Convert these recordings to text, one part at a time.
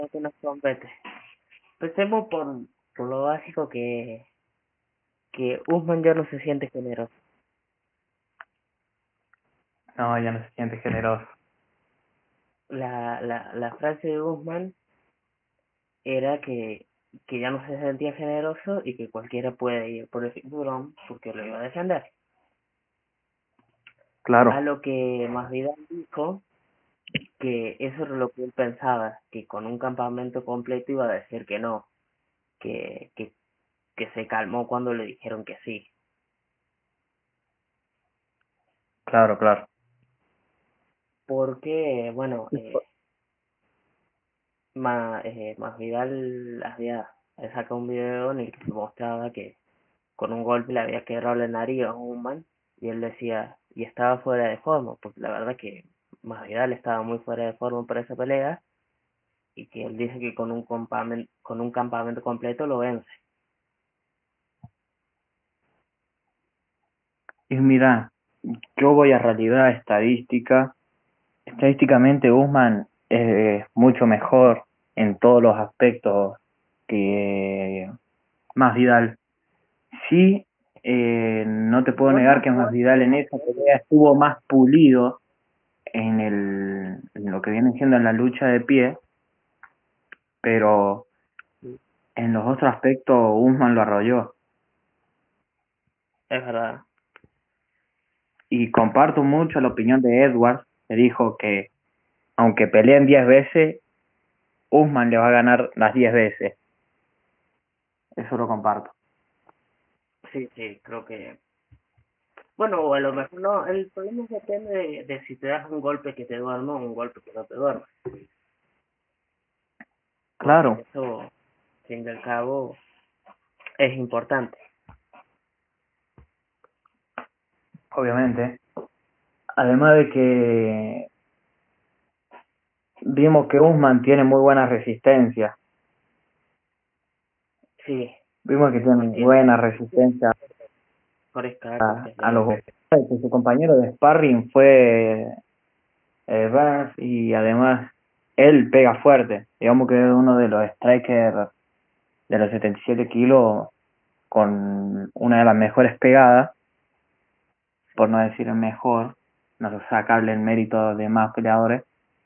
que nos compete. Empecemos por lo básico que Usman ya no se siente generoso. No, ya no se siente generoso. La frase de Usman era que ya no se sentía generoso y que cualquiera puede ir por el cinturón porque lo iba a defender. A Claro, lo que Masvidal dijo que eso era lo que él pensaba, que con un campamento completo iba a decir que no, que, que, que se calmó cuando le dijeron que sí. claro, claro. Porque, bueno, Masvidal había sacado un video en el que se mostraba que con un golpe le había quebrado la nariz a un man y él decía, y estaba fuera de forma, porque la verdad que Masvidal estaba muy fuera de forma para esa pelea y que él dice que con un campamento completo lo vence. Y mira, yo voy a realidad estadística. Estadísticamente, Usman es mucho mejor en todos los aspectos que Masvidal. Sí, no te puedo No es negar que mejor, Masvidal en esa pelea estuvo más pulido en lo que viene siendo en la lucha de pie, pero en los otros aspectos Usman lo arrolló. es verdad. Y comparto mucho la opinión de Edwards, que dijo que aunque peleen 10 veces, Usman le va a ganar las 10 veces. Eso lo comparto. Sí, sí, creo que... Bueno, o a lo mejor no, el problema depende de si te das un golpe que te duerma o un golpe que no te duerma, porque Claro, eso, al fin y al cabo, es importante. obviamente. Además de que vimos que Usman tiene muy buena resistencia. Sí, Vimos que tiene tiene buena resistencia mejores características a de los él. golpes. Que su compañero de sparring fue Burns y además él pega fuerte. Digamos que es uno de los strikers de los 77 kilos con una de las mejores pegadas, por no decir el mejor, no sacarle el mérito de más peleadores,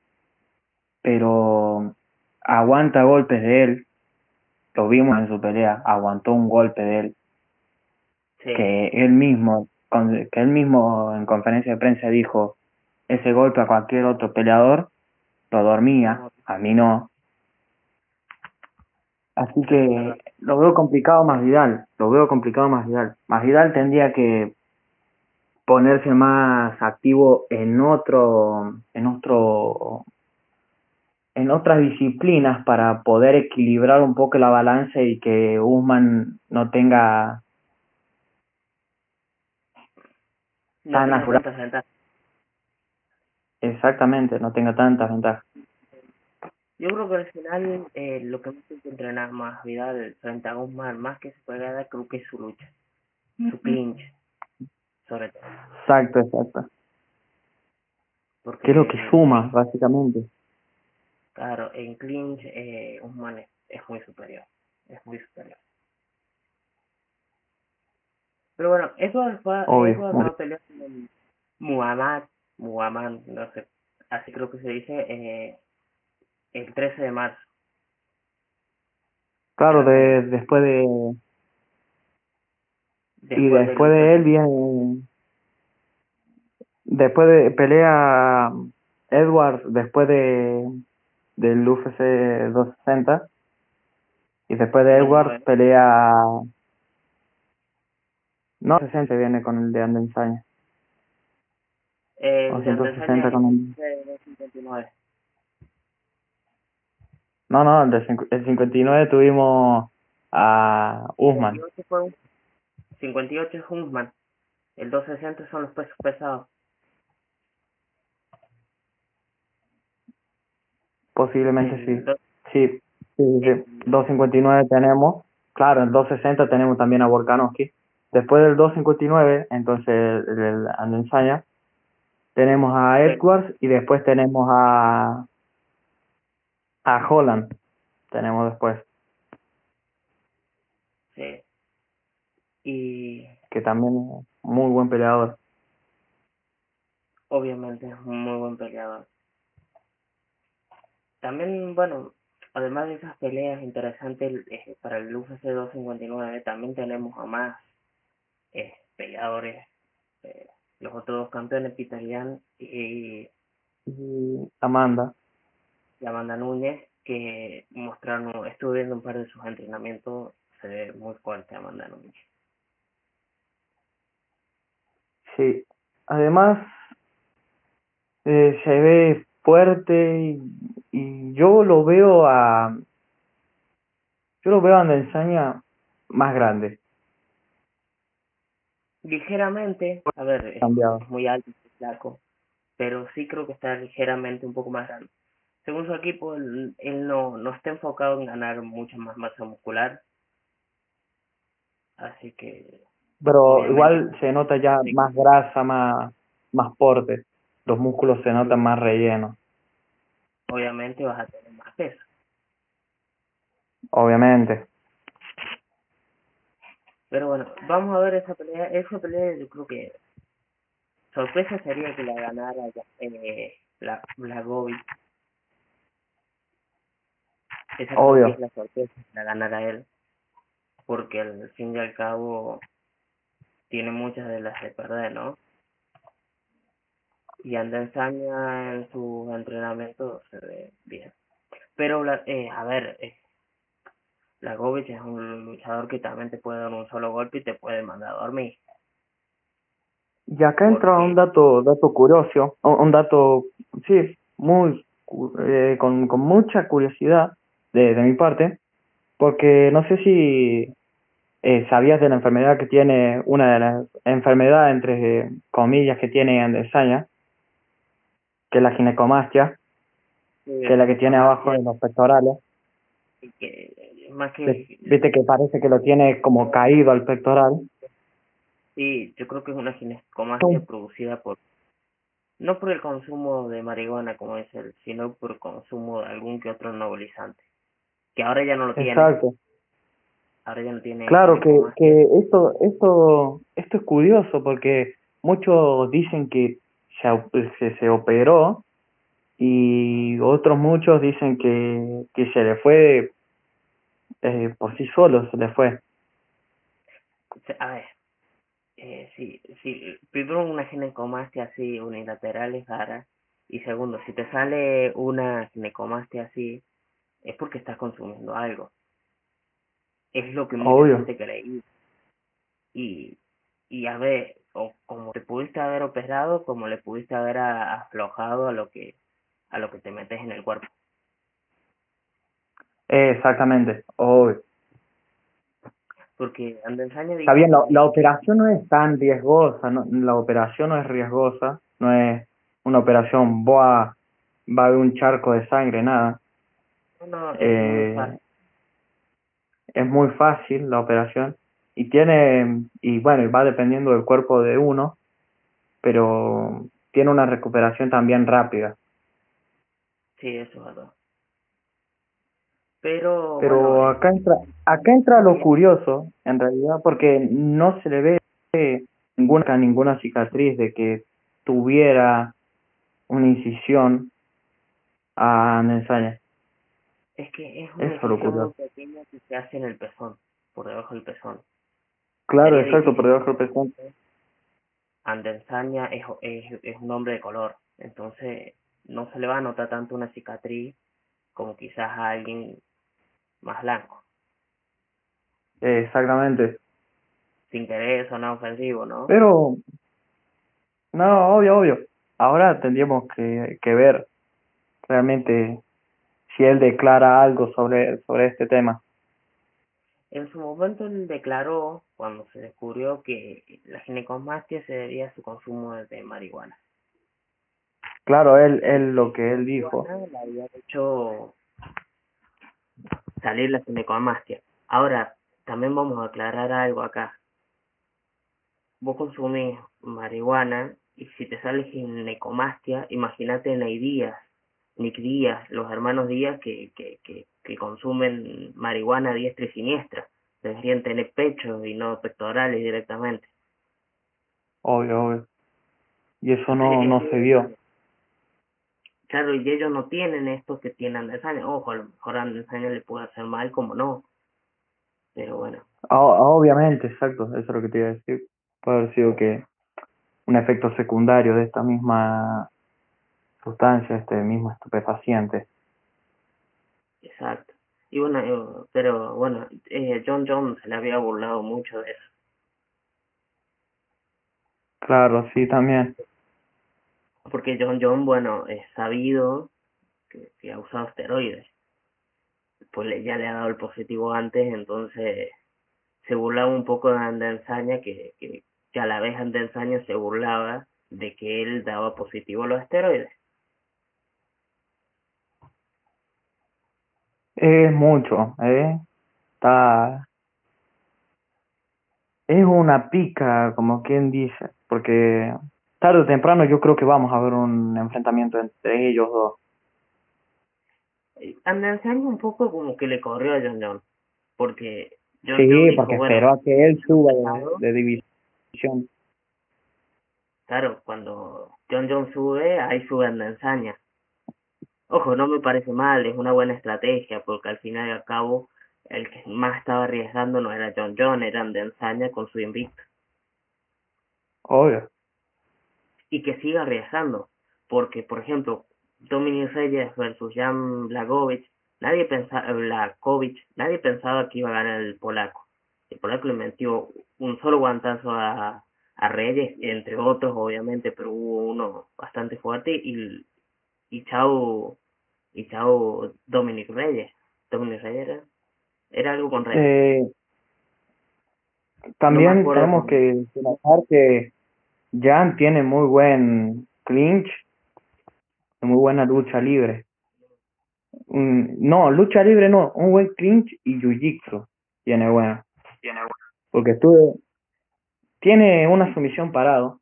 pero aguanta golpes de él, lo vimos en su pelea, aguantó un golpe de él, Sí, que él mismo en conferencia de prensa dijo, ese golpe a cualquier otro peleador lo dormía, no, a mí no. Así es verdad. que lo veo complicado más Vidal, lo veo complicado más Vidal. Más Vidal tendría que ponerse más activo en otras disciplinas para poder equilibrar un poco la balanza y que Usman no tenga No tan tenga natural, tantas ventajas. exactamente, no tenga tantas ventajas. Yo creo que al final lo que más hay que entrenar más Vidal frente a Guzmán, más que su pegada, creo que es su lucha, su clinch, sobre todo. Exacto, exacto. Que es lo que Porque, suma, básicamente. claro, en clinch Guzmán es muy superior. Es muy superior. Pero bueno, Obvio. Edward va a pelear con Muhammad, Muhammad, no sé, así creo que se dice, el 13 de marzo. Claro, Creo que y después después del de él próximo. viene, después de pelea Edwards, después del UFC 260, y después de Edwards 59. pelea, no 60 viene con el de Andensaña, o El de Andesaña 160 es con el el, 59. no, el 59 tuvimos a Usman, 58 fue 58 es Hunsman. El 260 son los pesos pesados. posiblemente sí, El, do- sí, sí, sí, el, sí. 259 tenemos, claro, el 260 tenemos también a Volkanovski, después del 259, entonces el Andensaña, tenemos a el- Edwards y después tenemos a Holland. tenemos después, Sí. Y que también es muy buen peleador. obviamente es un muy buen peleador. También, bueno, además de esas peleas interesantes para el UFC 259, también tenemos a más peleadores, eh, los otros dos campeones, Peter Yan Y Amanda, y Amanda Núñez, que mostraron, estuve viendo un par de sus entrenamientos, se ve muy fuerte Amanda Núñez. sí. Además, se ve fuerte y yo lo veo a Adesanya más grande, Ligeramente, a ver, cambiado. es muy alto, es flaco, pero sí creo que está ligeramente un poco más grande. Según su equipo, él no está enfocado en ganar mucha más masa muscular, así que Pero obviamente, igual se nota ya más grasa, más porte. Los músculos se notan más rellenos, obviamente vas a tener más peso. obviamente. Pero bueno, vamos a ver esa pelea. Esa pelea yo creo que sorpresa sería que la ganara la Gobi. Esa creo que es Obvio. la sorpresa, que la ganara él, porque al fin y al cabo tiene muchas de las de perder, ¿no? Y anda ensaña en sus entrenamientos, se ve bien. Pero, a ver, Lagovic es un luchador que también te puede dar un solo golpe y te puede mandar a dormir. Y acá entra un Porque, dato curioso, un dato, sí, con mucha curiosidad de mi parte, porque no sé si sabías de la enfermedad que tiene, una de las enfermedades entre comillas que tiene Adesanya, que es la ginecomastia, que es la que tiene abajo ginecomastia, de los pectorales. y que más Viste que parece que lo tiene como caído al pectoral. sí, yo creo que es una ginecomastia producida no por el consumo de marihuana como es él, sino por el consumo de algún que otro nebulizante, que ahora ya no lo tiene, Exacto. ahora ya no tiene Claro ginecomastia. que esto es curioso porque muchos dicen que se operó y otros muchos dicen que se le fue por sí solo, se le fue. A ver, si primero una ginecomastia así unilateral es rara, y segundo, si te sale una ginecomastia así, es porque estás consumiendo algo. Es lo que mucha Obvio. gente cree. Y, y a ver, o como te pudiste haber operado, como le pudiste haber aflojado a lo que te metes en el cuerpo. Exactamente, obvio. Porque Andelsaña Está dijo bien, la que operación no es tan riesgosa, la operación no es riesgosa, no es una operación, va a haber un charco de sangre, nada. no, es muy Eh, fácil. es muy fácil la operación y bueno, va dependiendo del cuerpo de uno, pero tiene una recuperación también rápida. Sí, eso es verdad. Pero bueno, Pero acá entra está lo bien. curioso, en realidad, porque no se le ve ninguna cicatriz de que tuviera una incisión a Nensanya. Es que es una Eso es lo incisión muy curioso. pequeña que se hace en el pezón, por debajo del pezón. Claro, Sería exacto, por difícil. debajo del pezón. Andelsaña es un hombre de color, entonces no se le va a notar tanto una cicatriz como quizás a alguien más blanco. Exactamente. Sin querer sonar ofensivo, ¿no? Pero, no, obvio. Ahora tendríamos que ver realmente si él declara algo sobre este tema. En su momento él declaró, cuando se descubrió que la ginecomastia se debía a su consumo de marihuana, Claro, y él lo que que la él dijo. marihuana le había hecho salir la ginecomastia. Ahora, también vamos a aclarar algo acá. Vos consumís marihuana y si te sale ginecomastia, imagínate Neidías. Nick Díaz, los hermanos Díaz que consumen marihuana a diestra y siniestra. Deberían tener pechos y no pectorales directamente. obvio, obvio. Y eso Entonces, no se vio. claro, y ellos no tienen esto que tiene Andesanya. Ojo, a lo mejor a Andesanya le puede hacer mal, como no. Pero bueno, Obviamente, exacto, eso es lo que te iba a decir. Puede haber sido que un efecto secundario de esta misma sustancia, este mismo estupefaciente. exacto. Y bueno, pero bueno, John Jones se le había burlado mucho de eso. Claro, sí, también. Porque John Jones, bueno, es sabido que ha usado esteroides. Pues ya le ha dado el positivo antes, entonces se burlaba un poco de Andensaña, que a la vez Andensaña se burlaba de que él daba positivo a los esteroides. Es mucho, ¿eh? Está, es una pica, como quien dice, porque tarde o temprano yo creo que vamos a ver un enfrentamiento entre ellos dos. Andensaña un poco como que le corrió a John Jones, porque John Jones Sí, dijo, porque bueno, esperó a que él suba pasado, de división. claro, cuando John Jones sube, ahí sube Andensaña. Ojo, no me parece mal, es una buena estrategia, porque al final y al cabo, el que más estaba arriesgando no era John Jones, era Andensaña con su invicto. Obvio. Y que siga arriesgando, porque, por ejemplo, Dominic Reyes versus Jan Blachowicz, nadie pensaba que iba a ganar el polaco. El polaco le metió un solo guantazo a Reyes, entre otros, obviamente, pero hubo uno bastante fuerte y chao, y chao Dominic Reyes. Dominic Reyes era algo con Reyes. Eh, No me También acuerdo tenemos con. que notar que Jan tiene muy buen clinch, muy buena lucha libre. No, lucha libre no, un buen clinch y jiu-jitsu tiene bueno. Porque tiene una sumisión parado,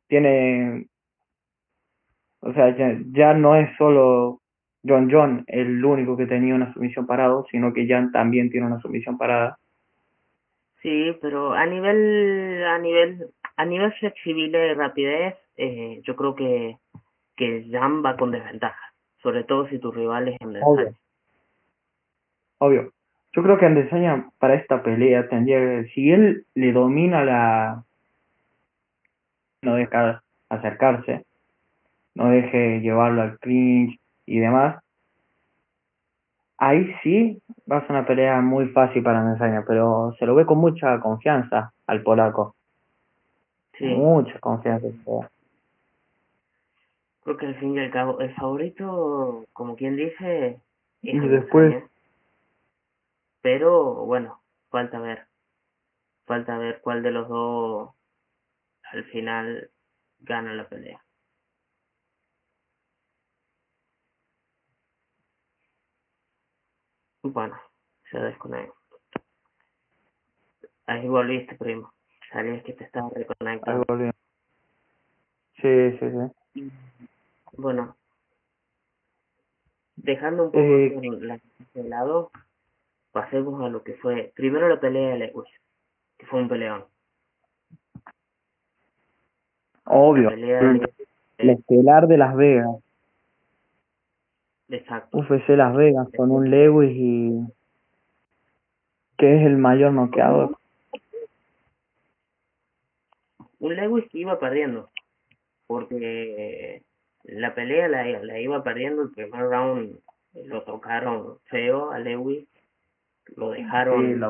o sea, ya no es solo John el único que tenía una sumisión parado, sino que Jan también tiene una sumisión parada. Sí, pero a nivel flexibilidad y rapidez, yo creo que Jan va con desventaja, sobre todo si tu rival es en Obvio. Obvio. Yo creo que Adesanya para esta pelea si él le domina no deja acercarse, no deje llevarlo al clinch y demás, ahí sí va a ser una pelea muy fácil para Adesanya, pero se lo ve con mucha confianza al polaco, Sí, mucha confianza. creo que al fin y al cabo el favorito, como quien dice, es Y después, Adesanya, pero bueno, falta ver, falta ver cuál de los dos al final gana la pelea. Bueno, se desconecta. Ahí volviste, primo. Sabías que te estaba ahí reconectando. volvemos. Sí, sí, sí. Y bueno, dejando un poco Eh, eso de lado, pasemos a lo que fue primero la pelea de Lewis, que fue un peleón. La Obvio, pelea de Lewis, el estelar de Las Vegas, exacto. UFC Las Vegas con un Lewis que es el mayor noqueador. Un Lewis que iba perdiendo, porque la pelea la iba perdiendo el primer round, lo tocaron feo a Lewis, lo Sí, dejaron,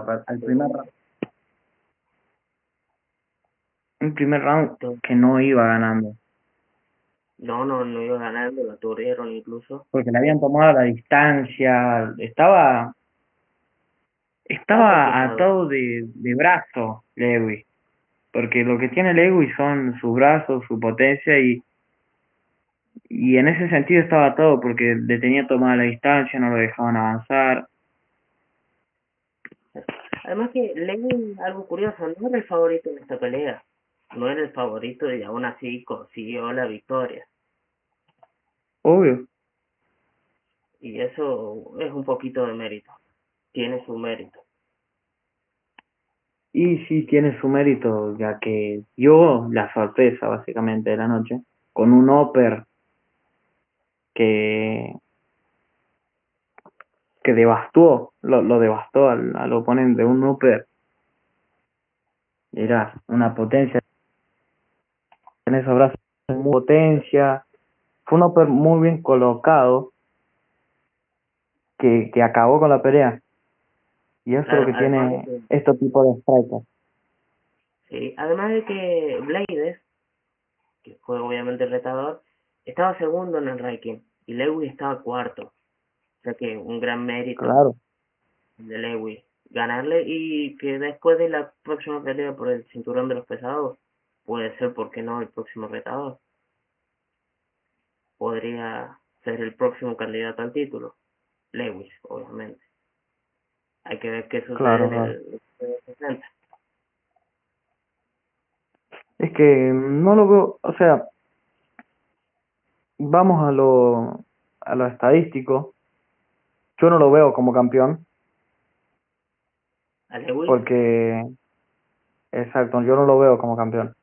un primer round to- que no iba ganando, no iba ganando, lo aturdieron incluso. porque le habían tomado la distancia, Estaba estaba complicado. atado de brazo Lewis, porque lo que tiene Lewis son sus brazos, su potencia y en ese sentido estaba atado porque le tenía tomada la distancia, no lo dejaban avanzar. Además que Lewis, algo curioso, no era el favorito en esta pelea. No era el favorito y aún así consiguió la victoria. Obvio, y eso es un poquito de mérito, tiene su mérito. Y sí tiene su mérito, ya que dio la sorpresa básicamente de la noche, con un upper que, que devastó, lo devastó al oponente, un upper, era una potencia en esos brazos, muy potencia, fue un upper muy bien colocado que acabó con la pelea, y eso es lo Claro, que además de tiene que, este tipo de strikers. sí, además de que Blades, que fue obviamente el retador, estaba segundo en el ranking y Lewis estaba cuarto. O sea que un gran mérito Claro, de Lewis ganarle y que después de la próxima pelea por el cinturón de los pesados, puede ser, ¿por qué no?, el próximo retador. Podría ser el próximo candidato al título. Lewis, obviamente. Hay que ver qué sucede claro, en claro. el 60. Es que no lo veo, o sea, vamos a lo estadístico. Yo no lo veo como campeón, A Lewis, porque, exacto, yo no lo veo como campeón.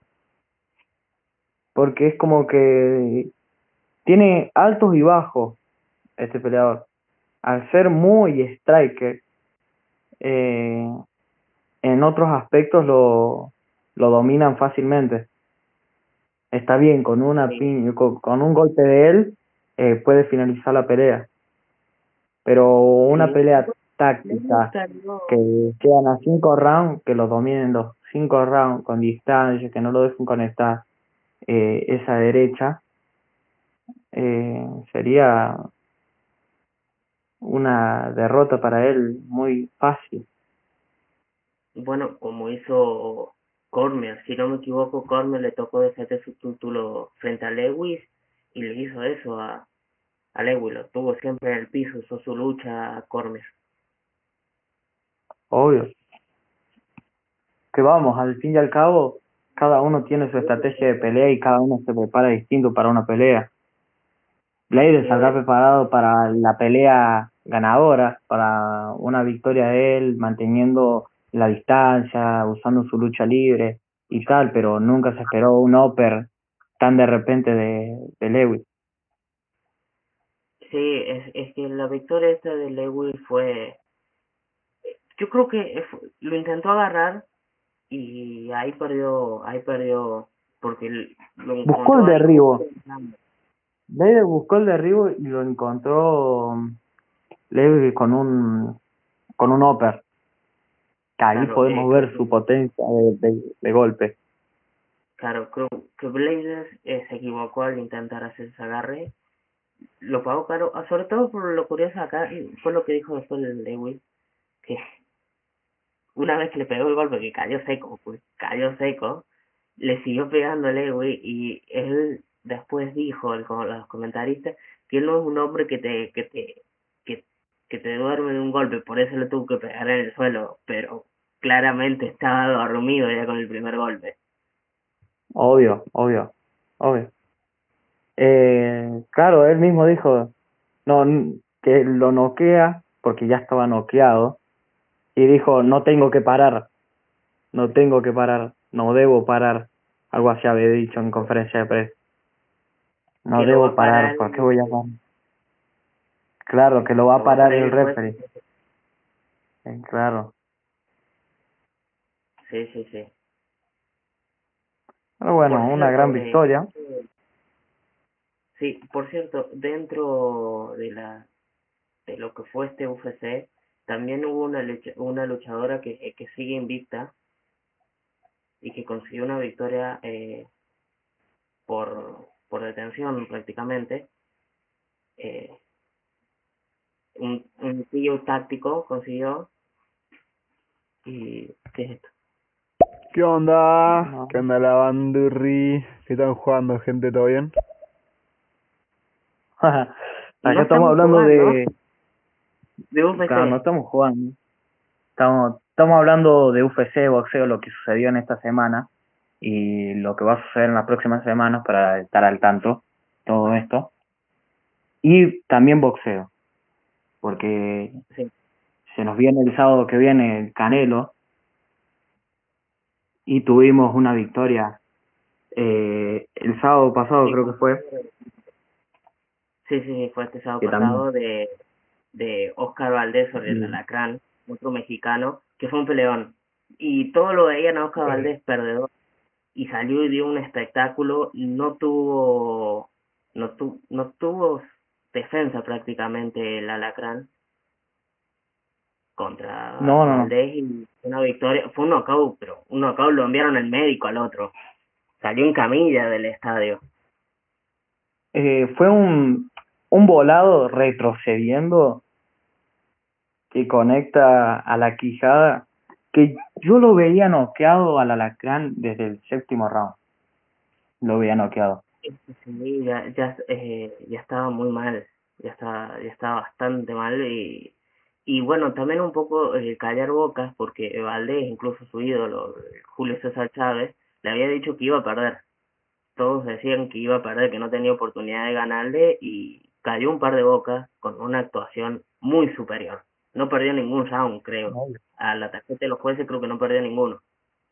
Porque es como que tiene altos y bajos este peleador. Al ser muy striker, eh, en otros aspectos lo dominan fácilmente. Está bien, sí, con un golpe de él puede finalizar la pelea, pero una sí. pelea Me táctica gustaría, que quedan a 5 rounds, que lo dominen los 5 rounds con distancia, que no lo dejen conectar esa derecha, sería una derrota para él muy fácil. bueno, como hizo Cormier, si no me equivoco, Cormier le tocó defender su título frente a Lewis y le hizo eso a Lewis, lo tuvo siempre en el piso, usó su lucha a Cormier. Obvio. Que vamos, al fin y al cabo, cada uno tiene su estrategia de pelea y cada uno se prepara distinto para una pelea. Blader Sí, saldrá preparado para la pelea ganadora, para una victoria de él, manteniendo la distancia, usando su lucha libre y tal, pero nunca se esperó un upper tan de repente de Lewis. sí, es que la victoria esta de Lewis fue, yo creo que lo intentó agarrar y ahí perdió, porque lo Buscó encontró el ahí como derribo. Blader buscó el derribo y lo encontró Lewis con un upper. Que ahí claro, podemos creo ver su que potencia de golpe. claro, creo que Blazers se equivocó al intentar hacer ese agarre. Lo pagó caro, sobre todo por lo curioso acá, fue lo que dijo después de Lewis, que una vez que le pegó el golpe, que cayó seco, pues cayó seco, le siguió pegando a Lewis y él después dijo con los comentaristas que él no es un hombre que, que te duerme de un golpe, por eso le tuvo que pegar en el suelo, pero claramente estaba dormido ya con el primer golpe. Obvio, obvio, obvio. Claro, él mismo dijo no, que lo noquea porque ya estaba noqueado y dijo no tengo que parar, no tengo que parar, no debo parar. Algo así había dicho en conferencia de prensa. No Que lo va debo a parar, parar, ¿por qué voy a parar? Claro, que lo va a lo va a parar parar el el juez. referee. Claro. Sí, sí, sí. Pero bueno, Por una gran cierto, victoria. sí, por cierto, dentro de lo que fue este UFC, también hubo una luchadora que sigue invicta y que consiguió una victoria por detención prácticamente. Eh, un pillo táctico consiguió. ¿Y qué es esto? ¿Qué onda? No. ¿Qué onda la bandurri? ¿Qué están jugando, gente? ¿Todo bien? No Acá estamos estamos hablando jugando de claro, no UFC. estamos jugando. Estamos hablando de UFC, boxeo, lo que sucedió en esta semana y lo que va a suceder en las próximas semanas para estar al tanto de todo esto. y también boxeo, porque Sí, se nos viene el sábado que viene el Canelo y tuvimos una victoria el sábado pasado sí, creo que fue, sí, sí, fue este sábado que también pasado de Oscar Valdés sobre el mm, Alacrán, otro mexicano, que fue un peleón. Y todo lo veían a Oscar eh, Valdés perdedor. Y salió y dio un espectáculo, no tuvo defensa prácticamente el Alacrán contra no, no, no. Valdés y una victoria, fue un knockout, pero un knockout lo enviaron al médico al otro, salió en camilla del estadio. Fue un volado retrocediendo que conecta a la quijada, que yo lo veía noqueado al Alacrán desde el séptimo round, lo veía noqueado. Sí, ya estaba muy mal, ya estaba bastante mal y bueno, también un poco callar bocas porque Valdés, incluso su ídolo, Julio César Chávez, le había dicho que iba a perder. Todos decían que iba a perder, que no tenía oportunidad de ganarle y cayó un par de bocas con una actuación muy superior. No perdió ningún round, creo. No, A la tarjeta de los jueces creo que no perdió ninguno.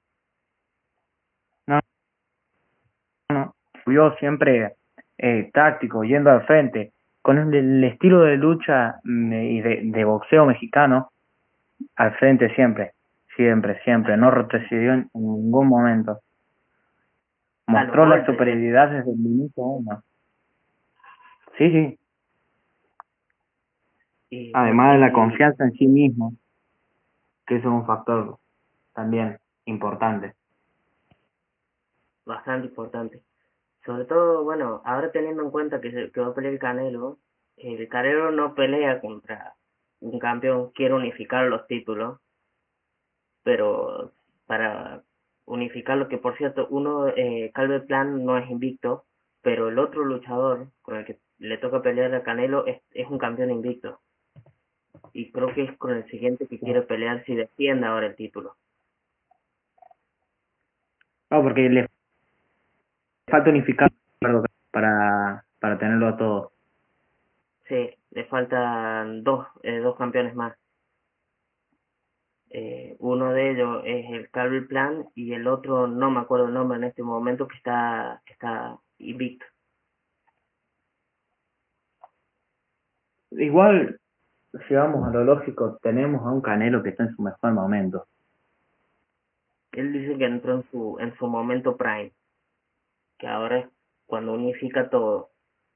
no, no. Yo siempre táctico, yendo al frente, con el estilo de lucha y de boxeo mexicano, al frente siempre, siempre, siempre, no retrocedió en ningún momento. A los Mostró la golpes, superioridad desde el minuto uno. Sí, sí, y bueno, además de la y confianza en sí mismo, que eso es un factor también importante. bastante importante. Sobre todo, bueno, ahora teniendo en cuenta que va a pelear el Canelo no pelea contra un campeón, quiere unificar los títulos, pero para unificar lo que, por cierto, Calvin Plan no es invicto, pero el otro luchador con el que le toca pelear a Canelo es un campeón invicto, y creo que es con el siguiente que quiere pelear si defiende ahora el título. No, porque le falta unificar para tenerlo a todos. Sí, le faltan dos campeones más. Uno de ellos es el Calvin Plan y el otro no me acuerdo el nombre en este momento que está invicto. Igual, si vamos a lo lógico, tenemos a un Canelo que está en su mejor momento. Él dice que entró en su momento prime, que ahora es cuando unifica todo.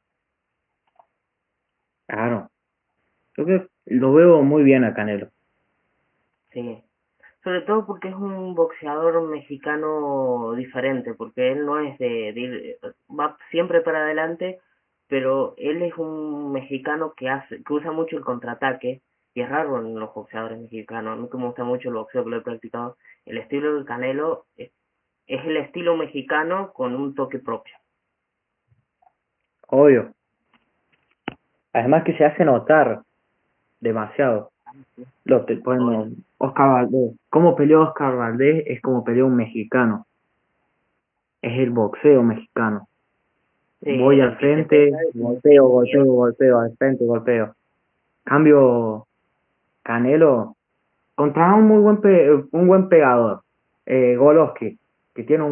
Claro, yo creo que lo veo muy bien a Canelo. Sí, sobre todo porque es un boxeador mexicano diferente, porque él no es va siempre para adelante, pero él es un mexicano que usa mucho el contraataque, y es raro en los boxeadores mexicanos. A mí que me gusta mucho el boxeo, que lo he practicado, el estilo del Canelo es el estilo mexicano con un toque propio. Obvio. Además que se hace notar demasiado. Hoy, Bueno, Oscar Valdés. ¿Cómo peleó Oscar Valdés? Es como peleó un mexicano. Es el boxeo mexicano. sí, Voy al el que te pega frente, y no golpeo, tiene miedo. golpeo, golpeo, al frente, golpeo. Cambio Canelo contra un buen pegador, Golovkin, que tiene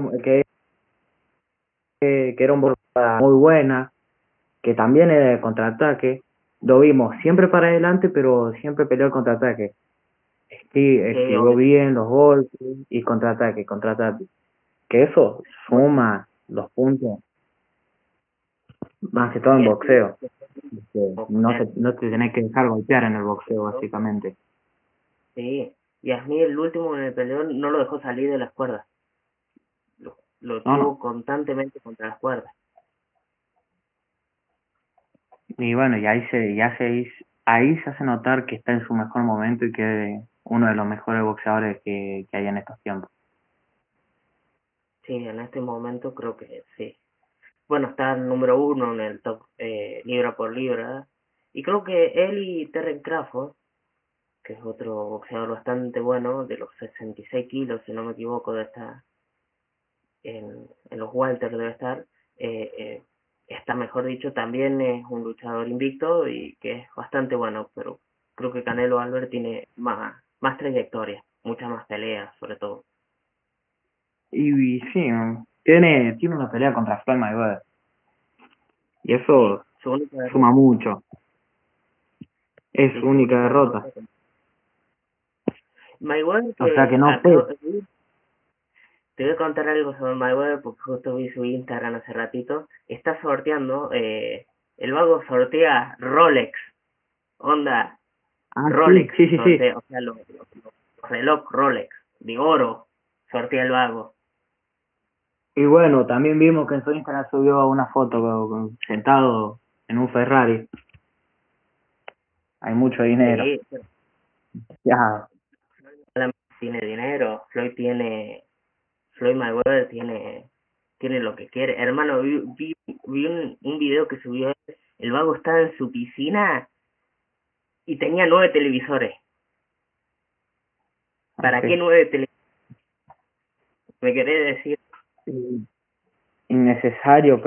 que era un boxeador muy buena, que también era de contraataque. Lo vimos siempre para adelante, pero siempre peleó el contraataque. Sí, Esquivó hoy, bien los golpes y contraataque, contraataque. Que eso hoy, suma los puntos, más que todo en y así, boxeo. No te tenés que dejar golpear en el boxeo, básicamente. sí, y a mí el último en el peleón no lo dejó salir de las cuerdas, lo No, no. tuvo constantemente contra las cuerdas. Y bueno, ahí se hace notar que está en su mejor momento y que es uno de los mejores boxeadores que hay en estos tiempos. Sí, en este momento creo que sí. Bueno, está el número uno en el top libra por libra, y creo que él y Terence Crawford, que es otro boxeador bastante bueno, de los 66 kilos, si no me equivoco, de estar en los Walters debe estar, eh, eh, está, mejor dicho, también es un luchador invicto y que es bastante bueno, pero creo que Canelo Álvarez tiene más trayectoria, muchas más peleas, sobre todo. Y sí, tiene una pelea contra Floyd Mayweather. Y Sí, eso su única suma derrota, mucho. Es sí, su su única única derrota. derrota. Mayweather, O sea que que no acabo, fue. te voy a contar algo sobre Mayweather porque justo vi su Instagram hace ratito. Está sorteando, el vago sortea Rolex, onda Ah, sí, Rolex, sí, sí, sí. sortea, o sea, los reloj Rolex de oro, sortea el vago. Y bueno, también vimos que en su Instagram subió una foto sentado en un Ferrari. Hay mucho dinero. Sí, Ya, tiene dinero, Floyd Mayweather tiene lo que quiere. Hermano, vi un video que subió, el vago estaba en su piscina y tenía 9 televisores. ¿Para qué sí. 9 televisores? Me querés decir. Sí. Innecesario,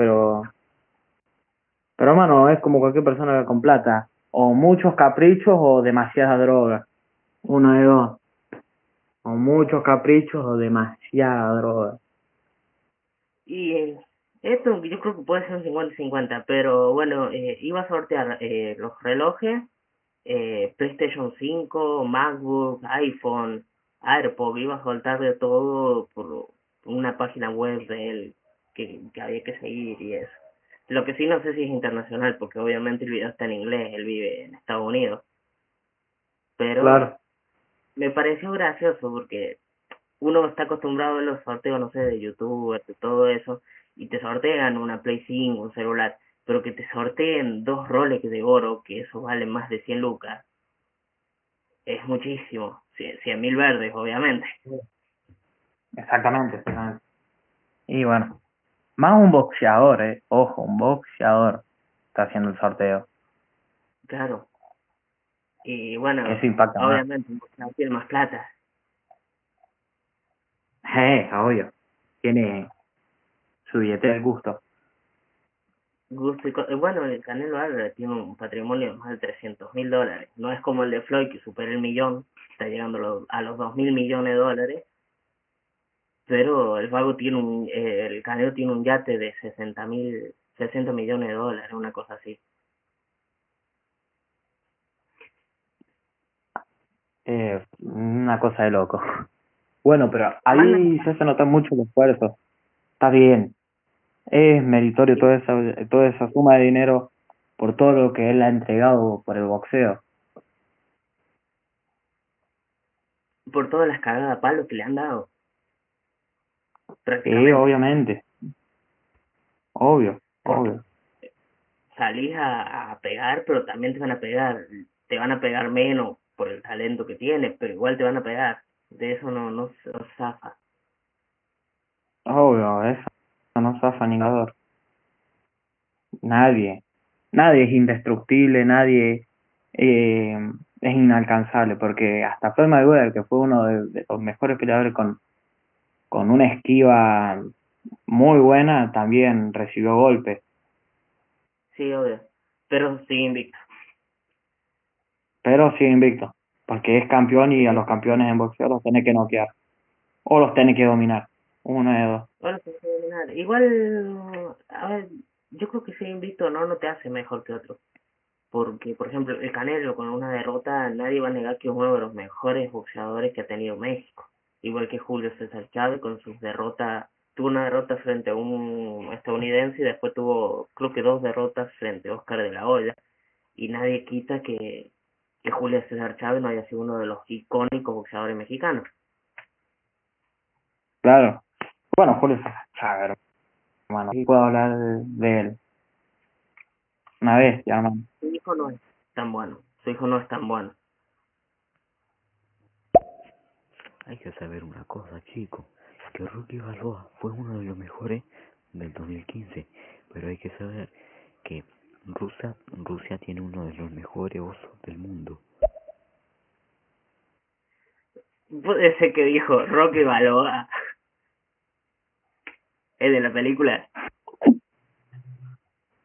pero mano, es como cualquier persona con plata. O muchos caprichos o demasiada droga. Uno de dos. O muchos caprichos o demasiada droga. Y esto yo creo que puede ser un 50-50, pero bueno, iba a sortear los relojes, PlayStation 5, MacBook, iPhone, AirPod, iba a soltar de todo por una página web de él que había que seguir y eso. Lo que sí no sé si es internacional, porque obviamente el video está en inglés, él vive en Estados Unidos, pero Claro. me pareció gracioso porque uno está acostumbrado a ver los sorteos, no sé, de YouTube, de todo eso, y te sortean una Play 5, un celular, pero que te sorteen 2 Rolex de oro, que eso vale más de 100 lucas, es muchísimo, 100.000 verdes, obviamente. Exactamente, exactamente. Y bueno, más un boxeador, ojo, un boxeador está haciendo el sorteo. Claro, y bueno, Eso impacta más. obviamente un boxeador tiene más plata. Obvio. Tiene su billetera del gusto. Bueno, el Canelo Álvarez tiene un patrimonio de más de 300.000 dólares, no es como el de Floyd que supera el millón, está llegando a los 2.000 millones de dólares. Pero el vago el Canelo tiene un yate de 60 millones de dólares, una cosa así. Una cosa de loco. Bueno, pero Más no, ahí ya se nota mucho el esfuerzo. Está bien. Es meritorio toda esa suma de dinero por todo lo que él ha entregado por el boxeo. por todas las cagadas a palo que le han dado, Sí, prácticamente. obviamente. Obvio, Porque obvio. salís a pegar, pero también te van a pegar. Te van a pegar menos por el talento que tienes, pero igual te van a pegar. De eso no se zafa. Obvio, eso no zafa ni nadador. Nadie. Nadie es indestructible, nadie es inalcanzable, porque hasta Floyd Mayweather, que fue uno de los mejores peleadores con una esquiva muy buena, también recibió golpes. Sí, obvio. Pero sigue invicto. Pero sigue invicto, porque es campeón y a Sí. los campeones en boxeo los tiene que noquear o los tiene que dominar. Uno de dos. Bueno, se puede dominar. Igual, a ver, yo creo que ser invicto no te hace mejor que otro. Porque, por ejemplo, el Canelo con una derrota, nadie va a negar que es uno de los mejores boxeadores que ha tenido México. Igual que Julio César Chávez con sus derrotas, tuvo una derrota frente a un estadounidense y después tuvo, creo que 2 derrotas frente a Oscar de la Hoya. Y nadie quita que Julio César Chávez no haya sido uno de los icónicos boxeadores mexicanos. Claro. Bueno, Julio César Chávez, hermano. Sí puedo hablar de él. Una bestia, hermano. Su hijo no es tan bueno, su hijo no es tan bueno. Hay que saber una cosa, chico, que Rocky Balboa fue uno de los mejores del 2015, pero hay que saber que Rusia tiene uno de los mejores osos del mundo. Puede ser que dijo Rocky Balboa, es de la película.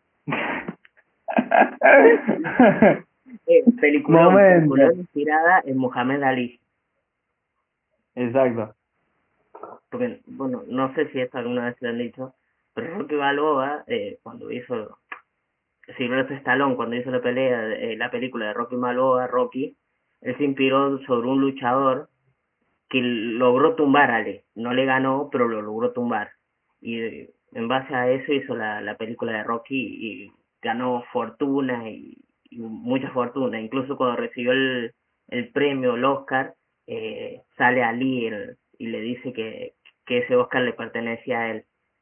Peliculón Momento. inspirada en Muhammad Ali. Exacto. Porque, bueno, no sé si esto alguna vez te lo han dicho, pero Rocky Balboa, cuando hizo Sylvester Stallone, cuando hizo la película de Rocky Balboa, Rocky, él se inspiró sobre un luchador que logró tumbar a Ali. No le ganó, pero lo logró tumbar. Y en base a eso hizo la película de Rocky y ganó fortuna y mucha fortuna. Incluso cuando recibió el premio, el Oscar, sale Ali y le dice que ese Oscar le pertenecía a él.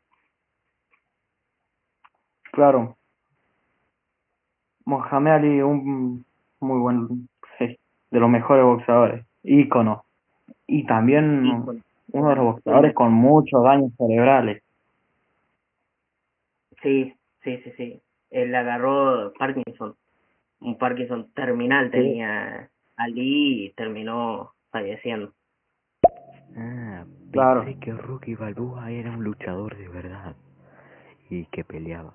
Claro. Mohamed Ali, un muy buen, sí, de los mejores boxeadores, ícono. Y también Y con, uno de los boxeadores con muchos daños cerebrales. sí, sí, sí, sí. Él agarró Parkinson. Un Parkinson terminal Sí, tenía Ali y terminó falleciendo. Ah, claro. pensé que Rocky Balboa era un luchador de verdad y que peleaba.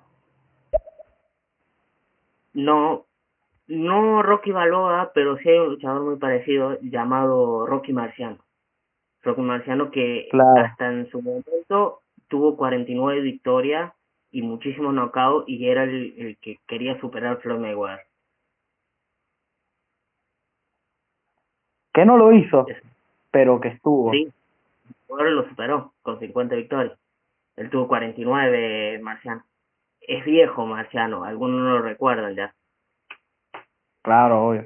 No, no Rocky Balboa, pero sí hay un luchador muy parecido llamado Rocky Marciano. Rocky Marciano que Claro. hasta en su momento tuvo 49 victorias y muchísimos knockouts y era el que quería superar a Floyd Mayweather. Que no lo hizo, Es- pero que estuvo. Sí, ahora lo superó con 50 victorias. Él tuvo 49, Marciano. Es viejo Marciano, algunos no lo recuerdan ya. Claro, obvio.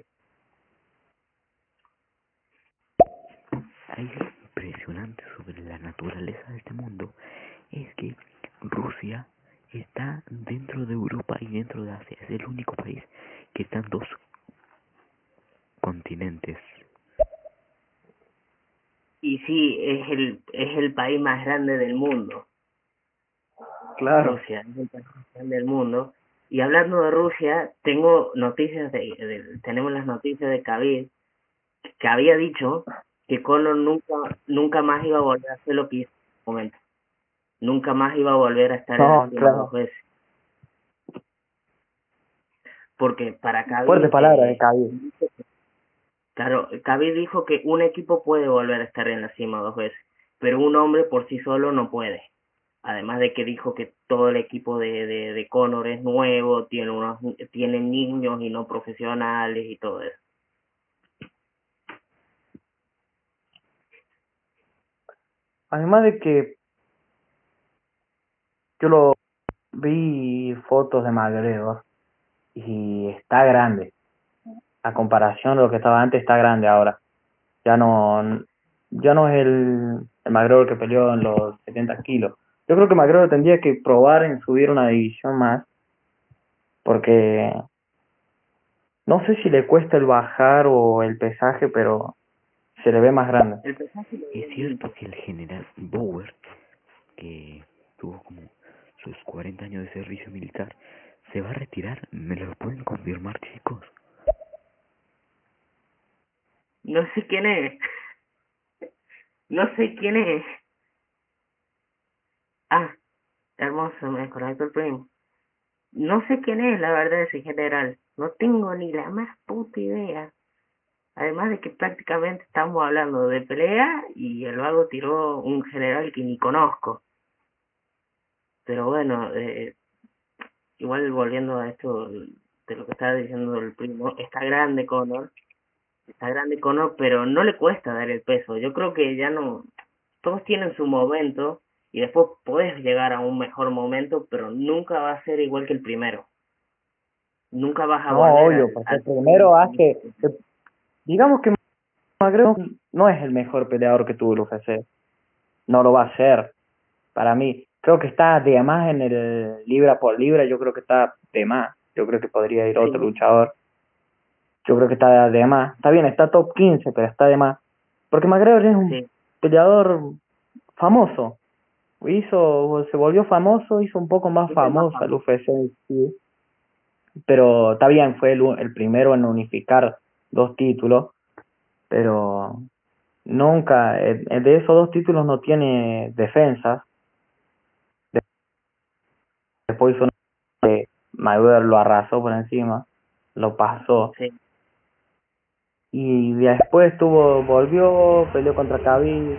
Algo impresionante sobre la naturaleza de este mundo es que Rusia está dentro de Europa y dentro de Asia. Es el único país que está en dos continentes. Y sí, es el país más grande del mundo. Claro. Rusia es el país más grande del mundo. Y hablando de Rusia, tengo noticias tenemos las noticias de Khabib, que había dicho que Conor nunca más iba a volver a hacer lo que hizo en ese momento. Nunca más iba a volver a estar en la No, cima dos claro. veces. Porque para Fuerte Khabib, palabra de Khabib. claro, Khabib dijo que un equipo puede volver a estar en la cima dos veces, pero un hombre por sí solo no puede. Además de que dijo que todo el equipo de Conor es nuevo, tiene niños y no profesionales y todo eso. Además de que yo lo vi fotos de McGregor y está grande. A comparación de lo que estaba antes, está grande ahora. Ya no, ya no es el McGregor que peleó en los 70 kilos. Yo creo que McGregor tendría que probar en subir una división más, porque no sé si le cuesta el bajar o el pesaje, pero se le ve más grande. El pesaje lo Es dio cierto limpio. que el general Bauer, que tuvo como sus 40 años de servicio militar, se va a retirar. ¿Me lo pueden confirmar, chicos? No sé quién es, no sé quién es. Ah, hermoso, me desconectó el primo. No sé quién es, la verdad, ese general. No tengo ni la más puta idea. Además de que prácticamente estamos hablando de pelea y el vago tiró un general que ni conozco. Pero bueno, igual volviendo a esto de lo que estaba diciendo el primo, está grande Conor, pero no le cuesta dar el peso. Yo creo que ya no, todos tienen su momento y después puedes llegar a un mejor momento, pero nunca va a ser igual que el primero. Nunca vas a No, volver obvio, porque al primero hace, digamos que McGregor no es el mejor peleador que tuvo el UFC, no lo va a ser, para mí. Creo que está de más en el libra por libra, yo creo que está de más. Yo creo que podría ir otro Sí, luchador. Yo creo que está de más. Está bien, está top 15, pero está de más. Porque McGregor es un sí, peleador famoso. Se volvió famoso, hizo un poco más es el más famoso al famoso. UFC, sí. Pero está bien, fue el primero en unificar dos títulos, pero nunca, de esos dos títulos no tiene defensas. Después hizo Mayweather lo arrasó por encima, lo pasó. Sí. Y después volvió, peleó contra Khabib.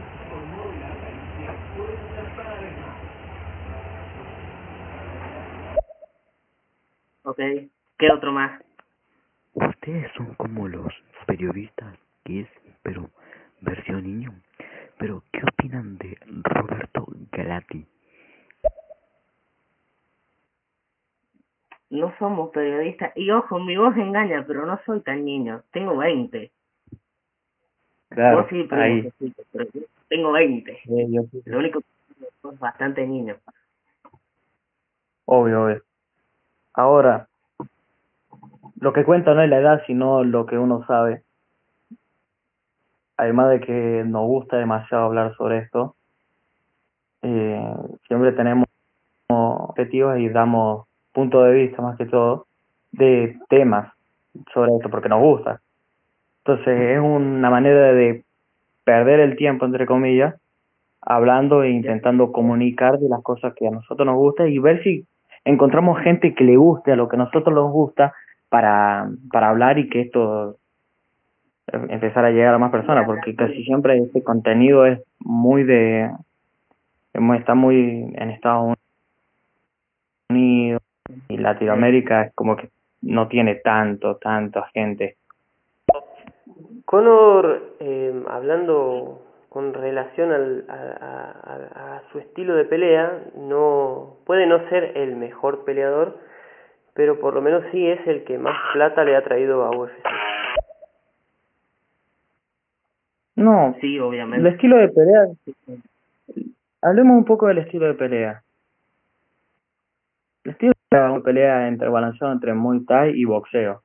Ok, ¿qué otro más? Ustedes son como los periodistas que es, pero versión niño. Pero, ¿qué opinan de Roberto Galati? No somos periodistas. Y ojo, mi voz engaña, pero no soy tan niño. Tengo 20. Claro, Vos sí, primo, ahí. que sí, pero yo tengo 20. Yo sí, Lo único que sos bastante niño. obvio, obvio. Ahora, lo que cuenta no es la edad, sino lo que uno sabe. Además de que nos gusta demasiado hablar sobre esto, eh, siempre tenemos objetivos y damos punto de vista más que todo de temas sobre esto porque nos gusta. Entonces es una manera de perder el tiempo, entre comillas, hablando e intentando comunicar de las cosas que a nosotros nos gusta y ver si encontramos gente que le guste a lo que a nosotros nos gusta para hablar y que esto empezar a llegar a más personas, porque casi siempre este contenido es está muy en Estados Unidos y Latinoamérica es como que no tiene tanta gente. Conor, hablando con relación a su estilo de pelea, no puede no ser el mejor peleador, pero por lo menos sí es el que más plata le ha traído a UFC. No, Sí, el obviamente. estilo de pelea, hablemos un poco del estilo de pelea. El estilo de pelea es una pelea entre balanceado entre Muay Thai y boxeo.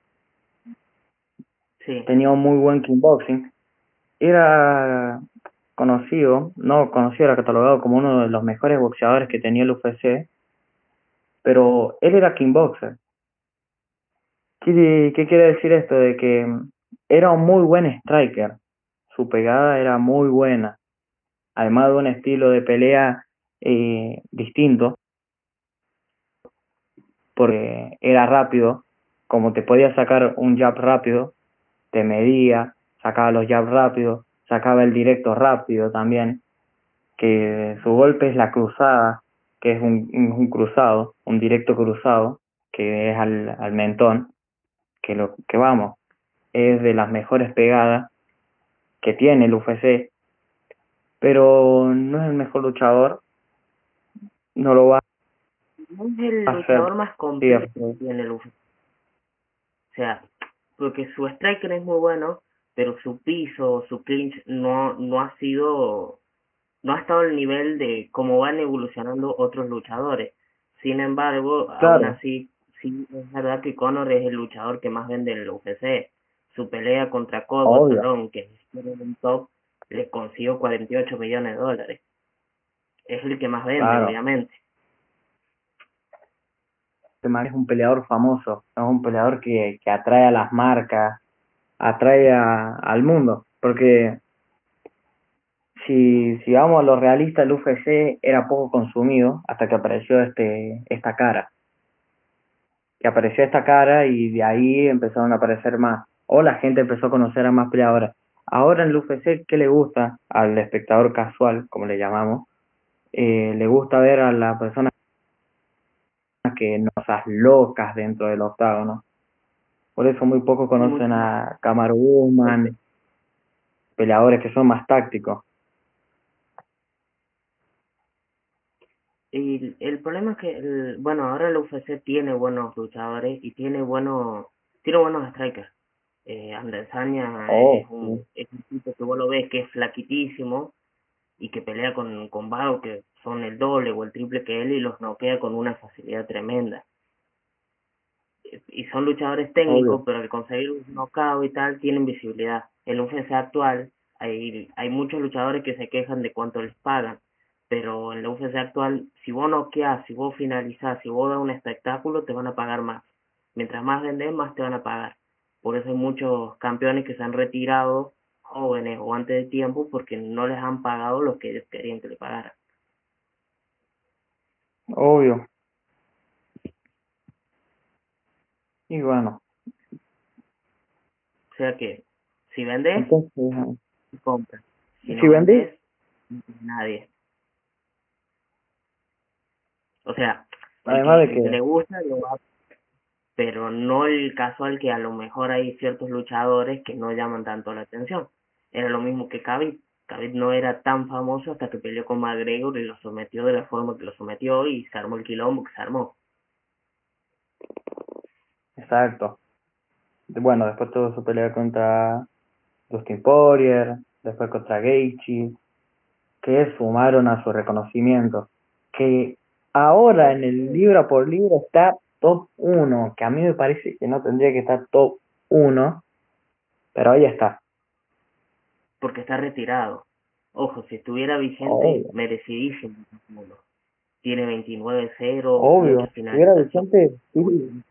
Sí. Tenía un muy buen kickboxing. Era era catalogado como uno de los mejores boxeadores que tenía el UFC, pero él era kickboxer. ¿Qué quiere decir esto? De que era un muy buen striker, su pegada era muy buena, además de un estilo de pelea distinto, porque era rápido, como te podía sacar un jab rápido, te medía, sacaba los jabs rápido, sacaba el directo rápido también, que su golpe es la cruzada, que es un cruzado, un directo cruzado, que es al mentón, que vamos, es de las mejores pegadas que tiene el UFC, pero no es el mejor luchador, no lo va No es el a hacer. luchador más Sí, completo que tiene el UFC. O sea, porque su striker es muy bueno, pero su piso, su clinch no ha sido, no ha estado al nivel de cómo van evolucionando otros luchadores. Sin embargo, aún claro, así, sí es verdad que Conor es el luchador que más vende en el UFC. Su pelea contra Cowboy obvio, Cerrone, que es un top, le consiguió 48 millones de dólares. Es el que más vende, claro. obviamente. Este man es un peleador famoso, es un peleador que atrae a las marcas, atrae al mundo, porque si vamos a lo realista, el UFC era poco consumido hasta que apareció esta cara. Que apareció esta cara y de ahí empezaron a aparecer más. O la gente empezó a conocer a más peleadores. Ahora en el UFC, ¿qué le gusta al espectador casual, como le llamamos? Le gusta ver a las personas que no esas locas dentro del octágono. Por eso muy pocos Mucho conocen más a Kamaru fuerte. Usman, peleadores que son más tácticos. Y el problema es que, bueno, ahora el UFC tiene buenos luchadores y tiene buenos strikers. Andesanya Oh, sí. es un tipo que vos lo ves que es flaquitísimo y que pelea con vagos que son el doble o el triple que él y los noquea con una facilidad tremenda. Y son luchadores técnicos, Obvio. pero al conseguir un knockout y tal, tienen visibilidad. En el UFC actual hay muchos luchadores que se quejan de cuánto les pagan, pero en la UFC actual, si vos noqueás, si vos finalizás, si vos das un espectáculo, te van a pagar más. Mientras más vendes, más te van a pagar. Por eso hay muchos campeones que se han retirado jóvenes o antes de tiempo porque no les han pagado lo que ellos querían que le pagaran. Obvio. Y bueno, O sea que si vendes, entonces, compras. Si si no vendí, vendes, nadie. O sea, además de el que que, le gusta lo va, pero no el casual que a lo mejor hay ciertos luchadores que no llaman tanto la atención. Era lo mismo que Khabib. Khabib no era tan famoso hasta que peleó con McGregor y lo sometió de la forma que lo sometió y se armó el quilombo que se armó. exacto. Bueno, después tuvo su pelea contra Dustin Poirier, después contra Gaethje, que sumaron a su reconocimiento. Que ahora en el libra por libra está top 1, que a mí me parece que no tendría que estar top 1, pero ahí está. Porque está retirado. Ojo, si estuviera vigente, Obvio, merecidísimo. Tiene 29-0, obvio. muchas Si estuviera finalizaciones. vigente, sí.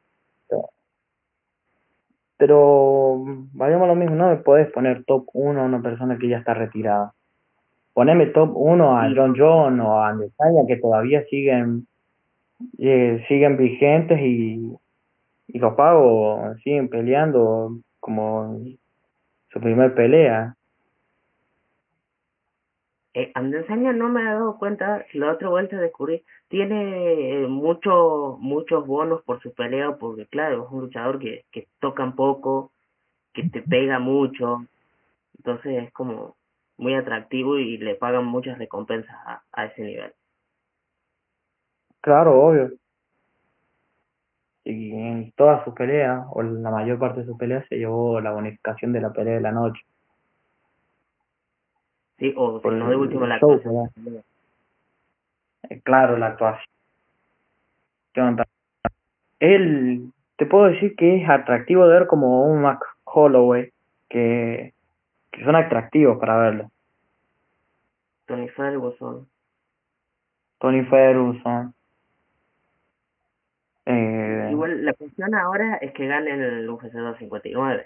Pero vayamos a lo mismo, no me podés poner top 1 a una persona que ya está retirada. Poneme top 1 a Y John Jones o a Andesanya, que todavía siguen vigentes y los pagos siguen peleando como su primer pelea. Adesanya no me he dado cuenta, la otra vuelta descubrí, tiene muchos bonos por su pelea, porque claro, es un luchador que tocan poco, que te pega mucho, entonces es como muy atractivo y le pagan muchas recompensas a ese nivel. Claro, obvio. Y en todas sus peleas, o la mayor parte de sus peleas, se llevó la bonificación de la pelea de la noche. Sí, o si Por no, de último el la show, actuación. ¿verdad? Claro, la actuación. Él, te puedo decir que es atractivo de ver como un Mac Holloway, que, que son atractivos para verlo. Tony Ferguson. Tony Ferguson, eh, Igual la cuestión ahora es que gane el UFC 259.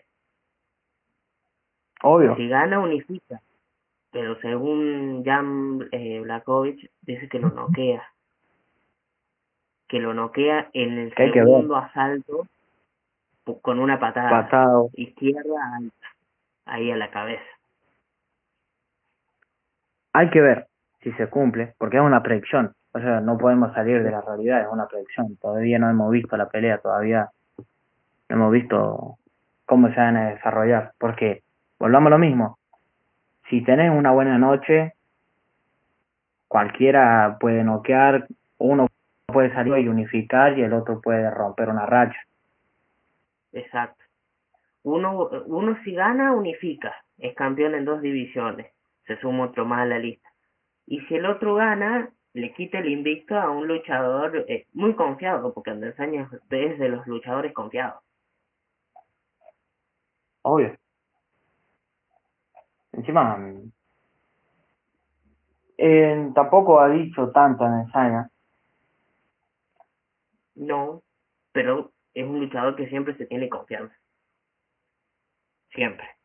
obvio. Si gana, unifica. Pero según Jan Blachowicz, dice que lo noquea en el Que hay que ver, segundo asalto con una patada patado. izquierda ahí a la cabeza. Hay que ver si se cumple, porque es una predicción. O sea, no podemos salir de la realidad, es una predicción. Todavía no hemos visto la pelea, todavía no hemos visto cómo se van a desarrollar. Porque, volvamos a lo mismo, si tenés una buena noche, cualquiera puede noquear, uno puede salir y unificar y el otro puede romper una racha. Exacto. Uno si gana, unifica. Es campeón en dos divisiones. Se suma otro más a la lista. Y si el otro gana, le quita el invicto a un luchador muy confiado, porque Adesanya es de los luchadores confiados. Obvio. Encima, tampoco ha dicho tanto en Ensaña. No, pero es un luchador que siempre se tiene confianza. Siempre.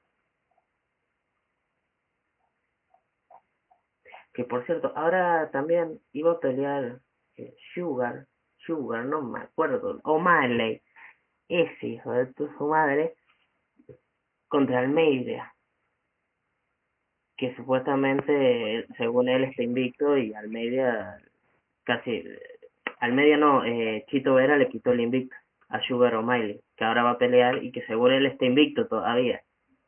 Que por cierto, ahora también iba a pelear Sugar, no me acuerdo, O'Malley, ese hijo de su madre, contra Almeida, que supuestamente, según él, está invicto y Almeida casi, Almeida no, Chito Vera le quitó el invicto a Sugar O'Malley, que ahora va a pelear y que según él está invicto todavía.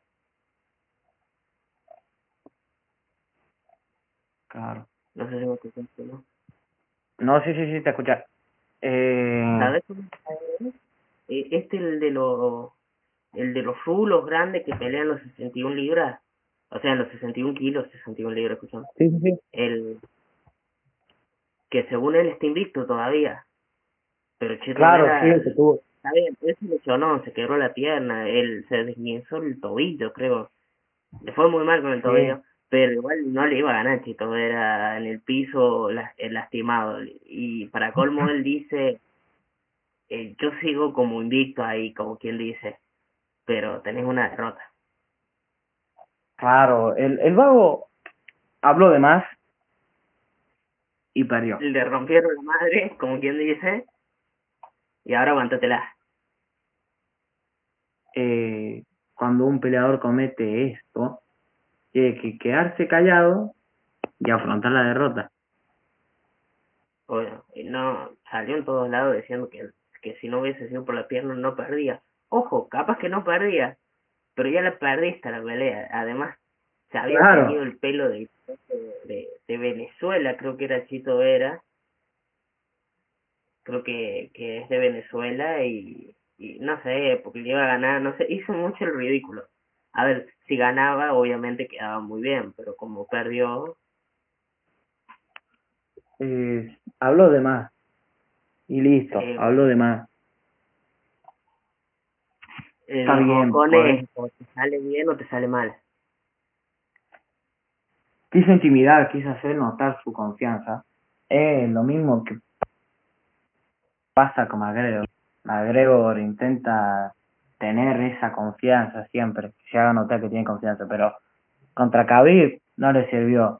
Claro. No sé si me escuchaste, ¿no? No, sí, sí, sí, te escuchas. ¿Sabes cómo es? El de los rulos grandes que pelean los 61 libras, o sea, los 61 kilos, 61 libras, escuchamos. Sí, sí, sí. El que según él está invicto todavía, pero Cheto Claro, sí, Vera, el que tuvo. está bien, él se lesionó, se quebró la pierna, él se desguinzó el tobillo, creo. Le fue muy mal con el Sí, tobillo, pero igual no le iba a ganar Cheto Vera en el piso lastimado. Y para colmo él dice, yo sigo como invicto ahí, como quien dice, pero tenés una derrota. claro. El vago habló de más y perdió. Le rompieron la madre, como quien dice, y ahora aguántatela. cuando un peleador comete esto, tiene que quedarse callado y afrontar la derrota. Bueno, y no, salió en todos lados diciendo que si no hubiese sido por la pierna no perdía. Ojo, capaz que no perdía, pero ya la perdiste la pelea. Además, se había Claro, teñido el pelo de Venezuela, creo que era Chito Vera, creo que es de Venezuela y no sé, porque le iba a ganar, no sé, hizo mucho el ridículo. A ver, si ganaba, obviamente quedaba muy bien, pero como perdió, habló de más y listo, sí, habló de más. Está los bien, pues. bocones o te sale bien o te sale mal. Quiso intimidar, quiso hacer notar su confianza. Es lo mismo que pasa con McGregor. McGregor intenta tener esa confianza siempre, que se haga notar que tiene confianza, pero contra Khabib no le sirvió.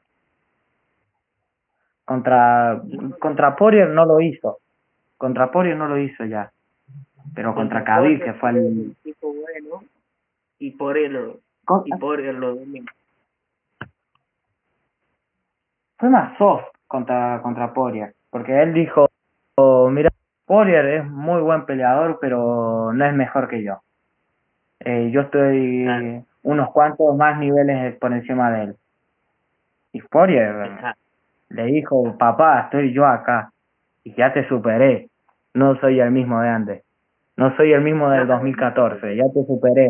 Contra, No, contra Poirier no lo hizo. Contra Poirier no lo hizo ya. Pero contra contra Khabib, Poirier que fue fue un el... tipo bueno y Poirier lo dominó. Fue más soft contra Poirier. Porque él dijo, oh, mira, Poirier es muy buen peleador, pero no es mejor que yo. Yo Claro, estoy unos cuantos más niveles por encima de él. Y Poirier exacto. le dijo, papá, estoy yo acá y ya te superé. No soy el mismo de antes. No soy el mismo No, del 2014. Ya te superé.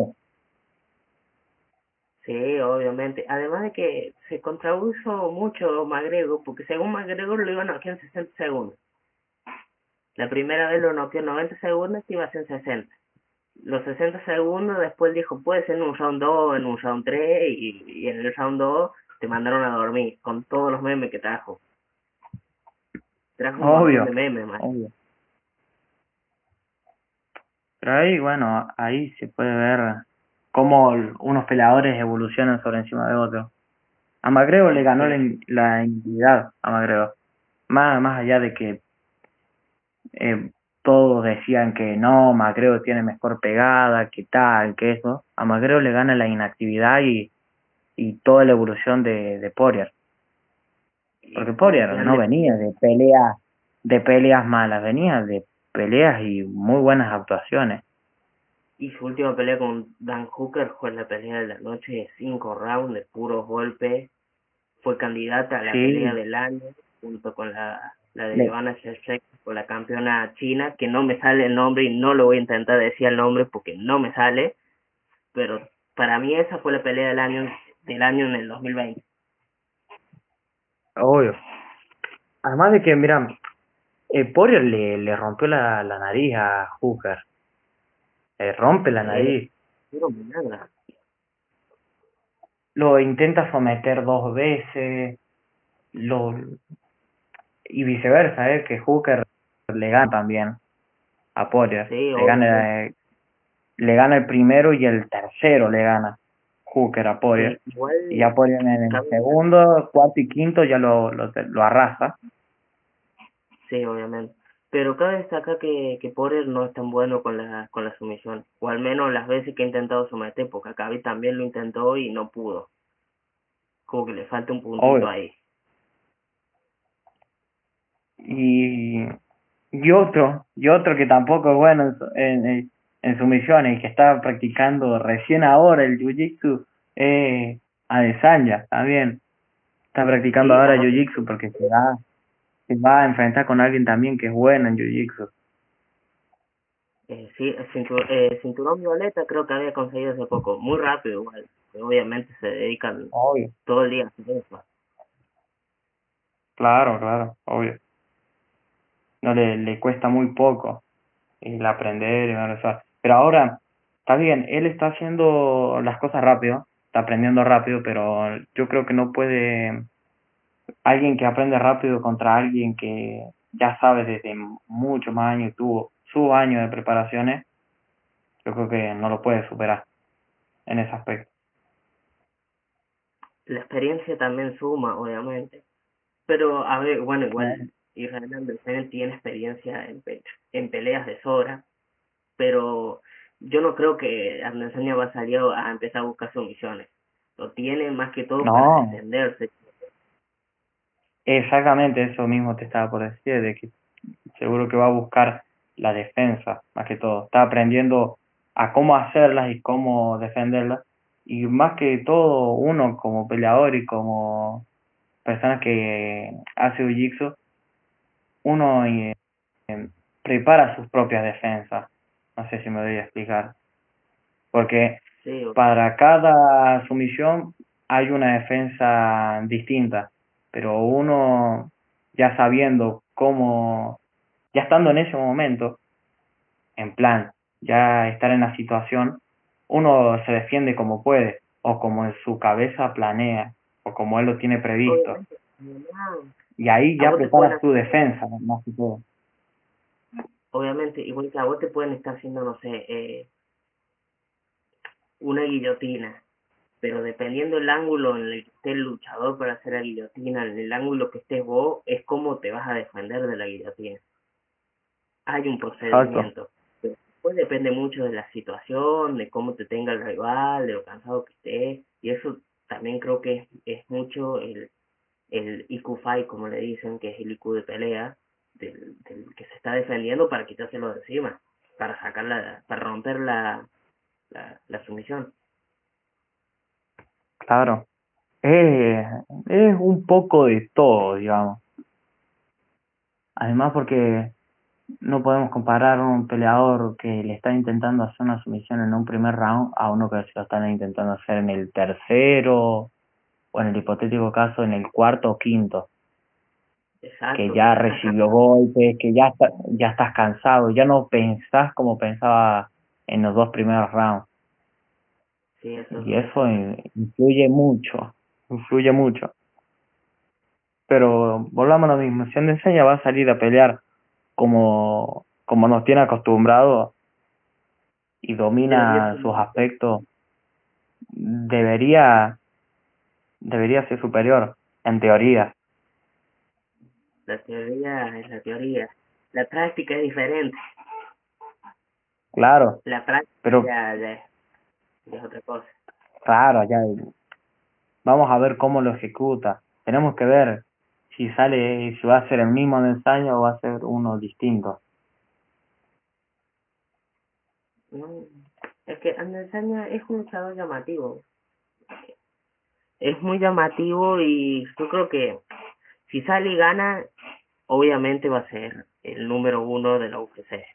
sí, obviamente. Además de que se contrapuso mucho McGregor, porque según McGregor lo iba a noquear en 60 segundos. La primera vez lo noqueó en 90 segundos y iba a ser en 60. Los 60 segundos después dijo, puede ser en un round 2, en un round 3, y en el round 2 te mandaron a dormir con todos los memes que trajo. Trajo un montón Obvio, de memes, más. obvio. Pero ahí, bueno, ahí se puede ver cómo unos peleadores evolucionan sobre encima de otros. A McGregor le ganó Sí, la individualidad a McGregor. Más allá de que todos decían que no, McGregor tiene mejor pegada, que tal, que eso. A McGregor le gana la inactividad y toda la evolución de Poirier. Porque y Poirier no darle venía de peleas malas, venía de peleas y muy buenas actuaciones. y su última pelea con Dan Hooker fue la pelea de la noche de 5 rounds de puros golpes. Fue candidata a la pelea Sí, del año junto con la de le, Joanna Jędrzejczyk, con la campeona china, que no me sale el nombre y no lo voy a intentar decir el nombre porque no me sale, pero para mí esa fue la pelea del año en el 2020. obvio. Además de que, mira, Poirier le rompió la nariz a Hooker. Le rompe la Sí, nariz. puro milagro. Lo intenta someter dos veces. Lo, y viceversa, que Hooker le gana también a Poirier. Sí, obviamente. Le gana el primero y el tercero le gana Hooker a Poirier. Igual Y ya Poirier en el cabe segundo, cuarto y quinto ya lo arrasa. sí, obviamente. Pero cabe destacar que Poirier no es tan bueno con la sumisión, o al menos las veces que ha intentado someter, porque a Khabib también lo intentó y no pudo. Como que le falta un puntito Obvio. ahí. Y, y otro que tampoco es bueno en sumisiones y que está practicando recién ahora el jiu-jitsu, Adesanya también. Está practicando Sí, ahora ah, jiu-jitsu porque se va a enfrentar con alguien también que es bueno en jiu-jitsu. sí, cinturón violeta creo que había conseguido hace poco, muy rápido igual, que obviamente se dedican Obvio. todo el día a hacer eso. Claro, claro, obvio. No le cuesta muy poco el aprender y eso. Pero ahora, está bien, él está haciendo las cosas rápido, está aprendiendo rápido, pero yo creo que no puede alguien que aprende rápido contra alguien que ya sabe desde muchos más años y tuvo su año de preparaciones, yo creo que no lo puede superar en ese aspecto. La experiencia también suma, obviamente, pero a ver, bueno, igual Claro. Israel Adesanya tiene experiencia en peleas de sobra, pero yo no creo que Adesanya va a salir a empezar a buscar sumisiones. Lo tiene más que todo para No, defenderse. exactamente eso mismo te estaba por decir, de que seguro que va a buscar la defensa, más que todo. Está aprendiendo a cómo hacerlas y cómo defenderlas. Y más que todo, uno como peleador y como persona que hace jiu-jitsu, uno prepara sus propias defensas. No sé si me voy a explicar. Porque Sí, para cada sumisión hay una defensa distinta. Pero uno ya sabiendo cómo, ya estando en ese momento, en plan, ya estar en la situación, uno se defiende como puede, o como en su cabeza planea, o como él lo tiene previsto. obviamente, no, Y ahí a ya vos te pueden preparas tu hacer, defensa, más que todo. obviamente, igual que a vos te pueden estar haciendo, no sé, una guillotina, pero dependiendo el ángulo en el que esté el luchador para hacer la guillotina, en el ángulo que estés vos, es cómo te vas a defender de la guillotina. Hay un Exacto. procedimiento, pero después depende mucho de la situación, de cómo te tenga el rival, de lo cansado que estés, y eso también creo que es mucho el IQ fight, como le dicen, que es el IQ de pelea, del que se está defendiendo para quitárselo de encima, para sacarla, para romper la sumisión. Claro. Es, es un poco de todo, digamos. Además porque no podemos comparar un peleador que le está intentando hacer una sumisión en un primer round a uno que se lo están intentando hacer en el tercero o en el hipotético caso en el cuarto o quinto, que Exacto, que ya ya estás recibió golpes, que ya estás cansado, ya no pensás como pensaba en los dos primeros rounds. sí, Y eso eso es verdad. influye mucho. Pero volvamos a lo mismo, si Enseña va a salir a pelear como nos tiene acostumbrado y Debería domina ser sus mejor. aspectos, debería, debería ser superior, en teoría. La teoría es la teoría. La práctica es diferente. Claro, La práctica pero ya es otra cosa. claro, ya vamos a ver cómo lo ejecuta. Tenemos que ver si sale, si va a ser el mismo Ensaña o va a ser uno distinto. No, es que Adesanya es un luchador llamativo. Es muy llamativo y yo creo que si sale y gana, obviamente va a ser el número uno de la UFC.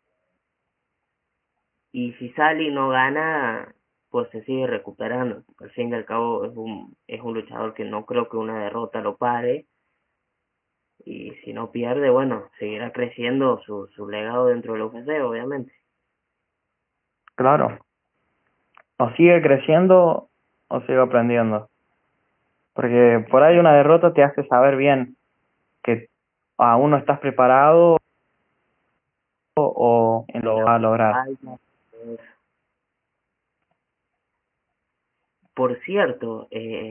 Y si sale y no gana, pues se sigue recuperando. Porque al fin y al cabo es un luchador que no creo que una derrota lo pare. Y si no pierde, bueno, seguirá creciendo su legado dentro de la UFC, obviamente. Claro, o sigue creciendo o sigue aprendiendo. Porque por ahí una derrota te hace saber bien que aún no estás preparado o lo va a lograr. Ay, por cierto,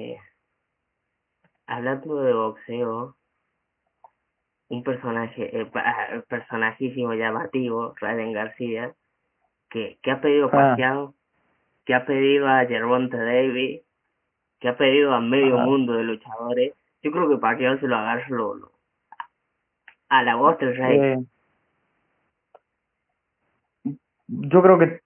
hablando de boxeo, un personaje, personajísimo llamativo, Ryan García, que ha pedido Ah, Pacquiao, que ha pedido a Gervonta Davis, que ha pedido a medio ajá. mundo de luchadores. Yo creo que Pacquiao se lo agarra a la voz del rey. Eh, yo creo que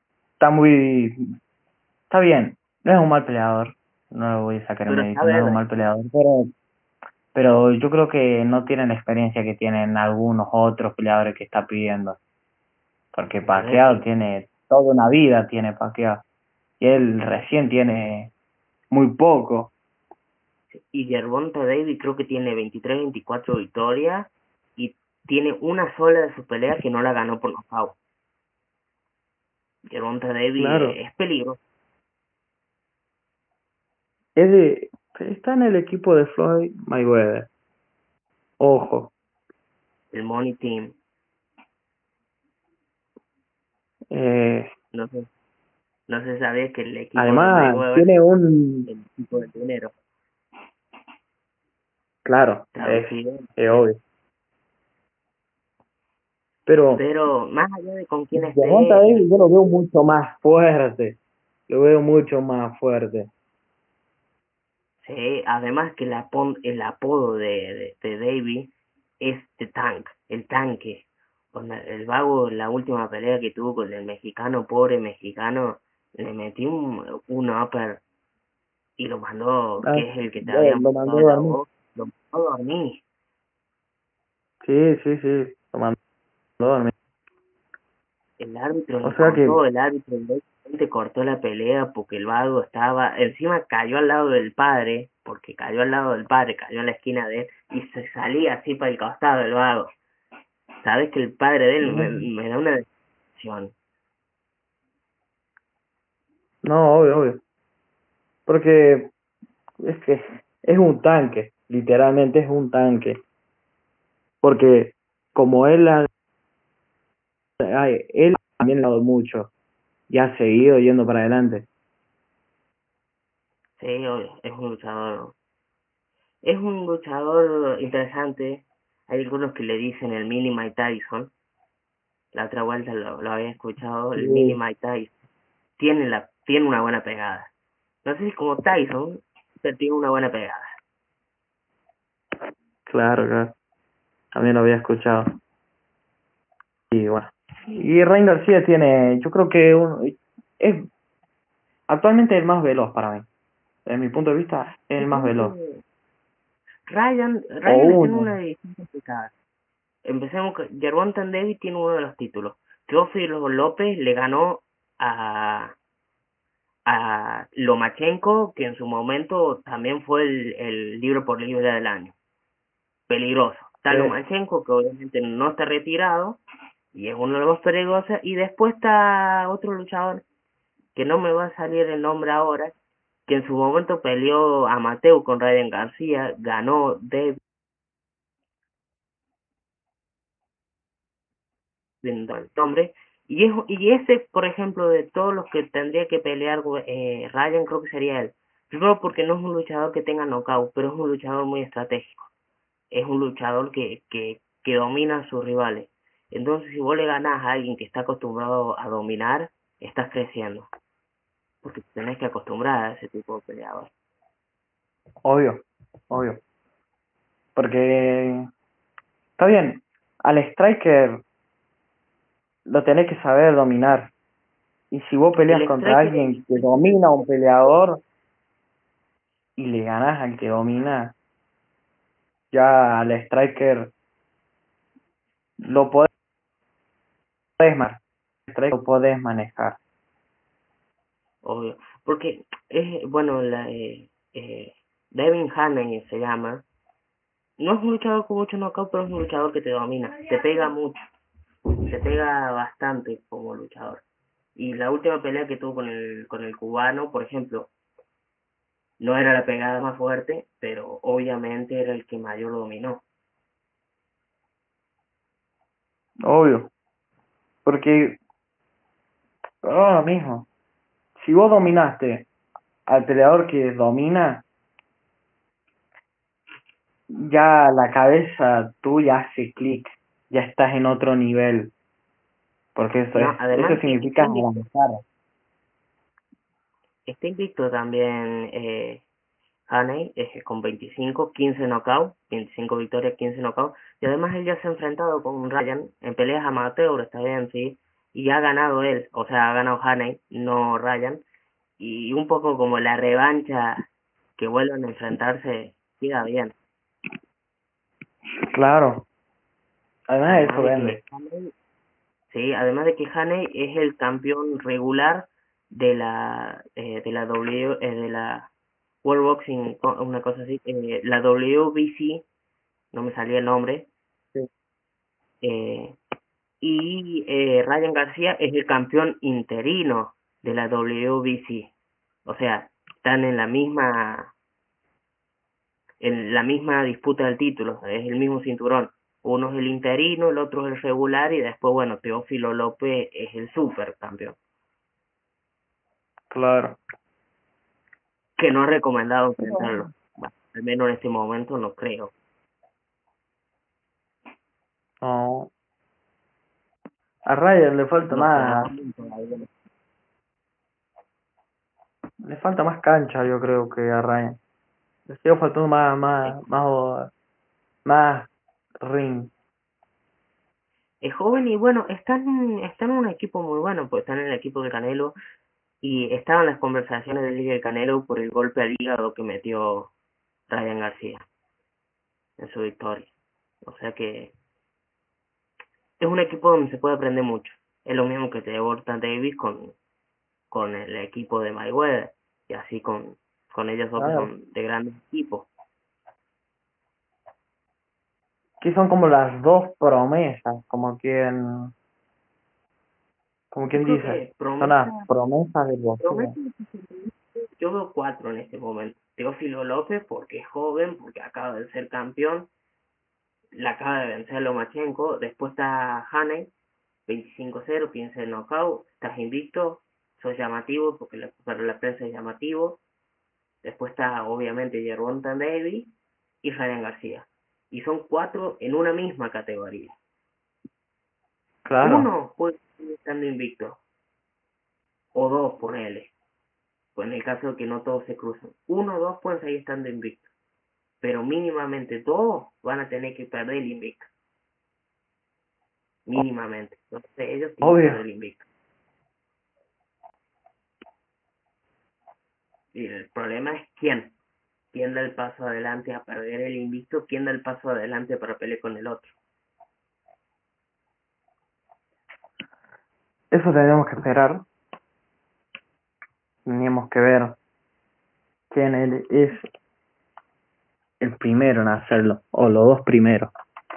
está bien. No es un mal peleador, no le voy a sacar Pero está mérito, no es un verde. mal peleador, pero yo creo que no tienen la experiencia que tienen algunos otros peleadores que está pidiendo, porque Pacquiao Correcto. tiene toda una vida, tiene Pacquiao, y él recién tiene muy poco. Y Gervonta Davis creo que tiene 23, 24 victorias y tiene una sola de sus peleas que no la ganó por nocaut. Gervonta Davis Claro. es peligroso. Está en el equipo de Floyd Mayweather. Ojo. El Money Team. Eh, No sé, no se sabía que el equipo de además, Mayweather tiene es un... el equipo del dinero. Claro, Traducido. es obvio. Pero más allá de con quién Gervonta esté, Davis yo lo veo mucho más fuerte. Lo veo mucho más fuerte. sí, además que el apodo de Davey es The Tank, el tanque. El vago, la última pelea que tuvo con el mexicano, pobre mexicano, le metió un upper y lo mandó, Ah, que es el que te había lo mandó matado a en la dormir. voz, lo mandó a dormir. Sí, sí, sí. Lo mandó a dormir. El árbitro O le sea que, cortó, el árbitro directamente cortó la pelea porque el vago estaba, encima cayó al lado del padre, porque cayó al lado del padre, cayó en la esquina de él y se salía así para el costado el vago. Sabes que el padre de él me da una decepción. no, obvio, obvio. Porque es que es un tanque. Literalmente es un tanque. Porque como él también lo ha dado mucho. Y ha seguido yendo para adelante. Sí, obvio, es un luchador interesante. Hay algunos que le dicen el mini Mike Tyson. La otra vuelta lo había escuchado, el mini Sí, Mike Tyson. Tiene una buena pegada. No sé si como Tyson, pero tiene una buena pegada. claro, claro. También lo había escuchado. Y bueno. Y Ryan García tiene, yo creo que es actualmente el más veloz para mí. Desde mi punto de vista, es el Yo más creo veloz. que O Ryan está en uno. una división complicada. Empecemos que Gervonta Davis tiene uno de los títulos. Teófilo López le ganó a, a Lomachenko, que en su momento también fue el libro por libra del año. Peligroso. Está eh, Lomachenko, que obviamente no está retirado, y es uno de los más peligrosos. Y después está otro luchador, que no me va a salir el nombre ahora, que en su momento peleó amateur con Ryan García, ganó Davis el nombre. Y ese, por ejemplo, de todos los que tendría que pelear Ryan, creo que sería él. Primero porque no es un luchador que tenga knockout, pero es un luchador muy estratégico. Es un luchador que domina a sus rivales. Entonces, si vos le ganás a alguien que está acostumbrado a dominar, estás creciendo. Porque te tenés que acostumbrar a ese tipo de peleador. obvio, obvio. Porque está bien, al striker lo tenés que saber dominar. Y si vos El peleas contra striker, alguien que domina a un peleador y le ganás al que domina, ya al striker lo podés manejar. El striker lo podés manejar. obvio. Porque es, bueno, Devin Haney se llama. No es un luchador con mucho knockout, pero es un luchador que te domina. Te pega mucho. Te pega bastante como luchador. Y la última pelea que tuvo con el cubano, por ejemplo, no era la pegada más fuerte, pero obviamente era el que mayor dominó. Obvio. Porque ahora mismo, si vos dominaste al peleador que domina, ya la cabeza tuya hace clic, ya estás en otro nivel, porque No, eso además que significa avanzar. está invicto también Haney, con 25, 15 knockout, 25 victorias, 15 knockout, y además él ya se ha enfrentado con Ryan en peleas amateur, está bien, sí, y ha ganado él, o sea, ha ganado Haney, no Ryan, y un poco como la revancha que vuelvan a enfrentarse, queda bien. Claro, además Además eso de vende. que sí, además de que Haney es el campeón regular de la de la World Boxing, una cosa así, la WBC, no me salía el nombre, Sí. eh, y Ryan García es el campeón interino de la WBC. O sea, están en la misma disputa del título, es el mismo cinturón. Uno es el interino, el otro es el regular y después, bueno, Teófilo López es el super campeón. Claro. Que no es recomendado enfrentarlo. Bueno, al menos en este momento no creo. No. A Ryan le falta No más, sé, todavía no. le falta más cancha, yo creo que a Ryan. Le sigue faltando más ring. Es joven y bueno, están en un equipo muy bueno, pues están en el equipo del Canelo y estaban las conversaciones de Liga del Canelo por el golpe al hígado que metió Ryan García en su victoria. O sea que es un equipo donde se puede aprender mucho. Es lo mismo que Devonta Davis con el equipo de Mayweather y así con ellos dos que Claro. son de grandes equipos. Que son como las dos promesas, como Yo quien creo dice, que son las promesas del boxeo. yo veo cuatro en este momento. Teófilo López porque es joven, porque acaba de ser campeón, la acaba de vencer a Lomachenko. Después está Haney, 25-0, piensa en knockout. Estás invicto, sos llamativo porque para la prensa es llamativo. Después está obviamente Gervonta Davis y Ryan García. Y son cuatro en una misma categoría. Claro, Uno puede seguir estando invicto, o dos, ponele. Pues en el caso de que no todos se crucen. Uno o dos pueden seguir estando invictos, pero mínimamente dos van a tener que perder el invicto. Mínimamente. Entonces ellos tienen que obvio. perder el invicto. Y el problema es quién. ¿Quién da el paso adelante a perder el invicto? ¿Quién da el paso adelante para pelear con el otro? Eso tenemos que esperar. Teníamos que ver quién es el primero en hacerlo, o los dos primeros.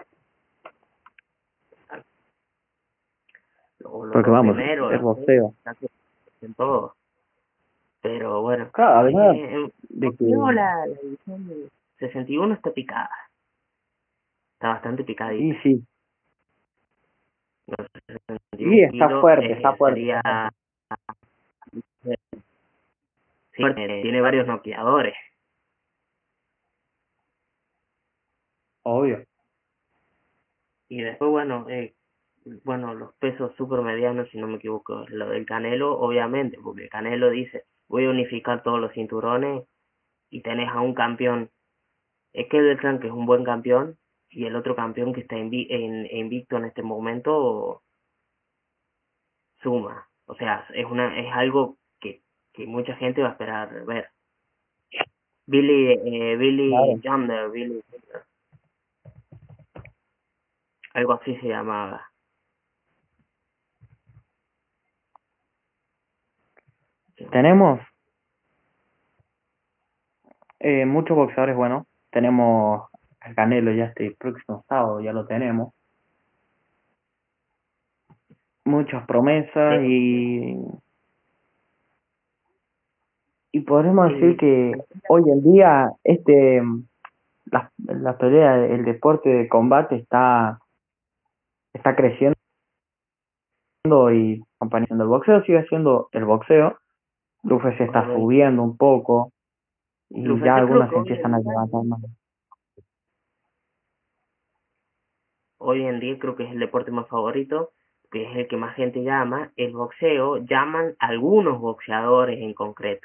O los Porque dos vamos, primeros, es los boxeo. tres, en todo. Pero bueno, Claro, además en de boxeo que, la edición 61 está picada. Está bastante y picadita. sí, Los y 61 kilos está fuerte. sería... Sí, tiene varios noqueadores. Obvio. Y después, bueno, los pesos super medianos, si no me equivoco, lo del Canelo, obviamente, porque el Canelo dice, voy a unificar todos los cinturones y tenés a un campeón, es que Beltrán, que es un buen campeón, y el otro campeón que está invicto en este momento suma. O sea, es algo que mucha gente va a esperar ver. Billy Claro. Yonder, algo así se llamaba. Tenemos muchos boxeadores buenos. Tenemos a Canelo ya este próximo sábado, ya lo tenemos. Muchas promesas Sí, y podremos decir y que hoy en día la pelea, el deporte de combate está creciendo y acompañando. El boxeo sigue siendo el boxeo, el UFC está obviamente, subiendo un poco el y ya UFC creo algunos que se empiezan a levantar más. hoy en día creo que es el deporte más favorito, que es el que más gente llama. El boxeo llaman algunos boxeadores en concreto.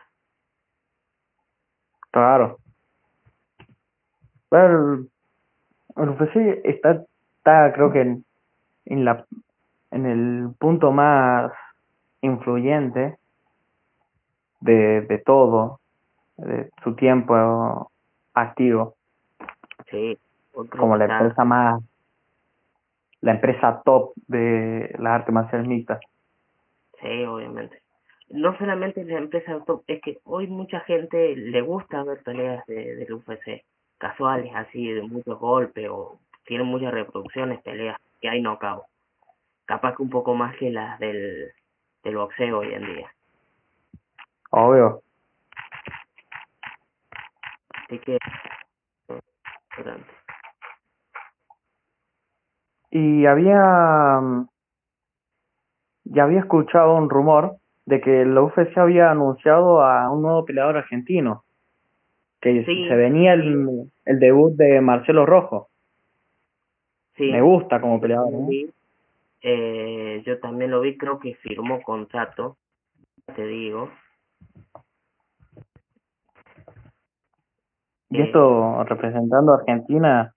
Claro. Pero el UFC está creo que en la en el punto más influyente de todo, de su tiempo activo, Sí, otro como que está, la empresa top de las artes marciales mixtas. sí, obviamente. No solamente la empresa top, es que hoy mucha gente le gusta ver peleas del UFC, casuales así, de muchos golpes, o tienen muchas reproducciones, peleas que hay knockout. Capaz que un poco más que las del boxeo hoy en día. Obvio. Así que, importante. Y ya había escuchado un rumor de que la UFC había anunciado a un nuevo peleador argentino, que se Sí, venía el debut de Marcelo Rojo. Me sí, gusta como peleador, ¿no? Yo también lo vi, creo que firmó contrato, te digo. Y esto representando a Argentina,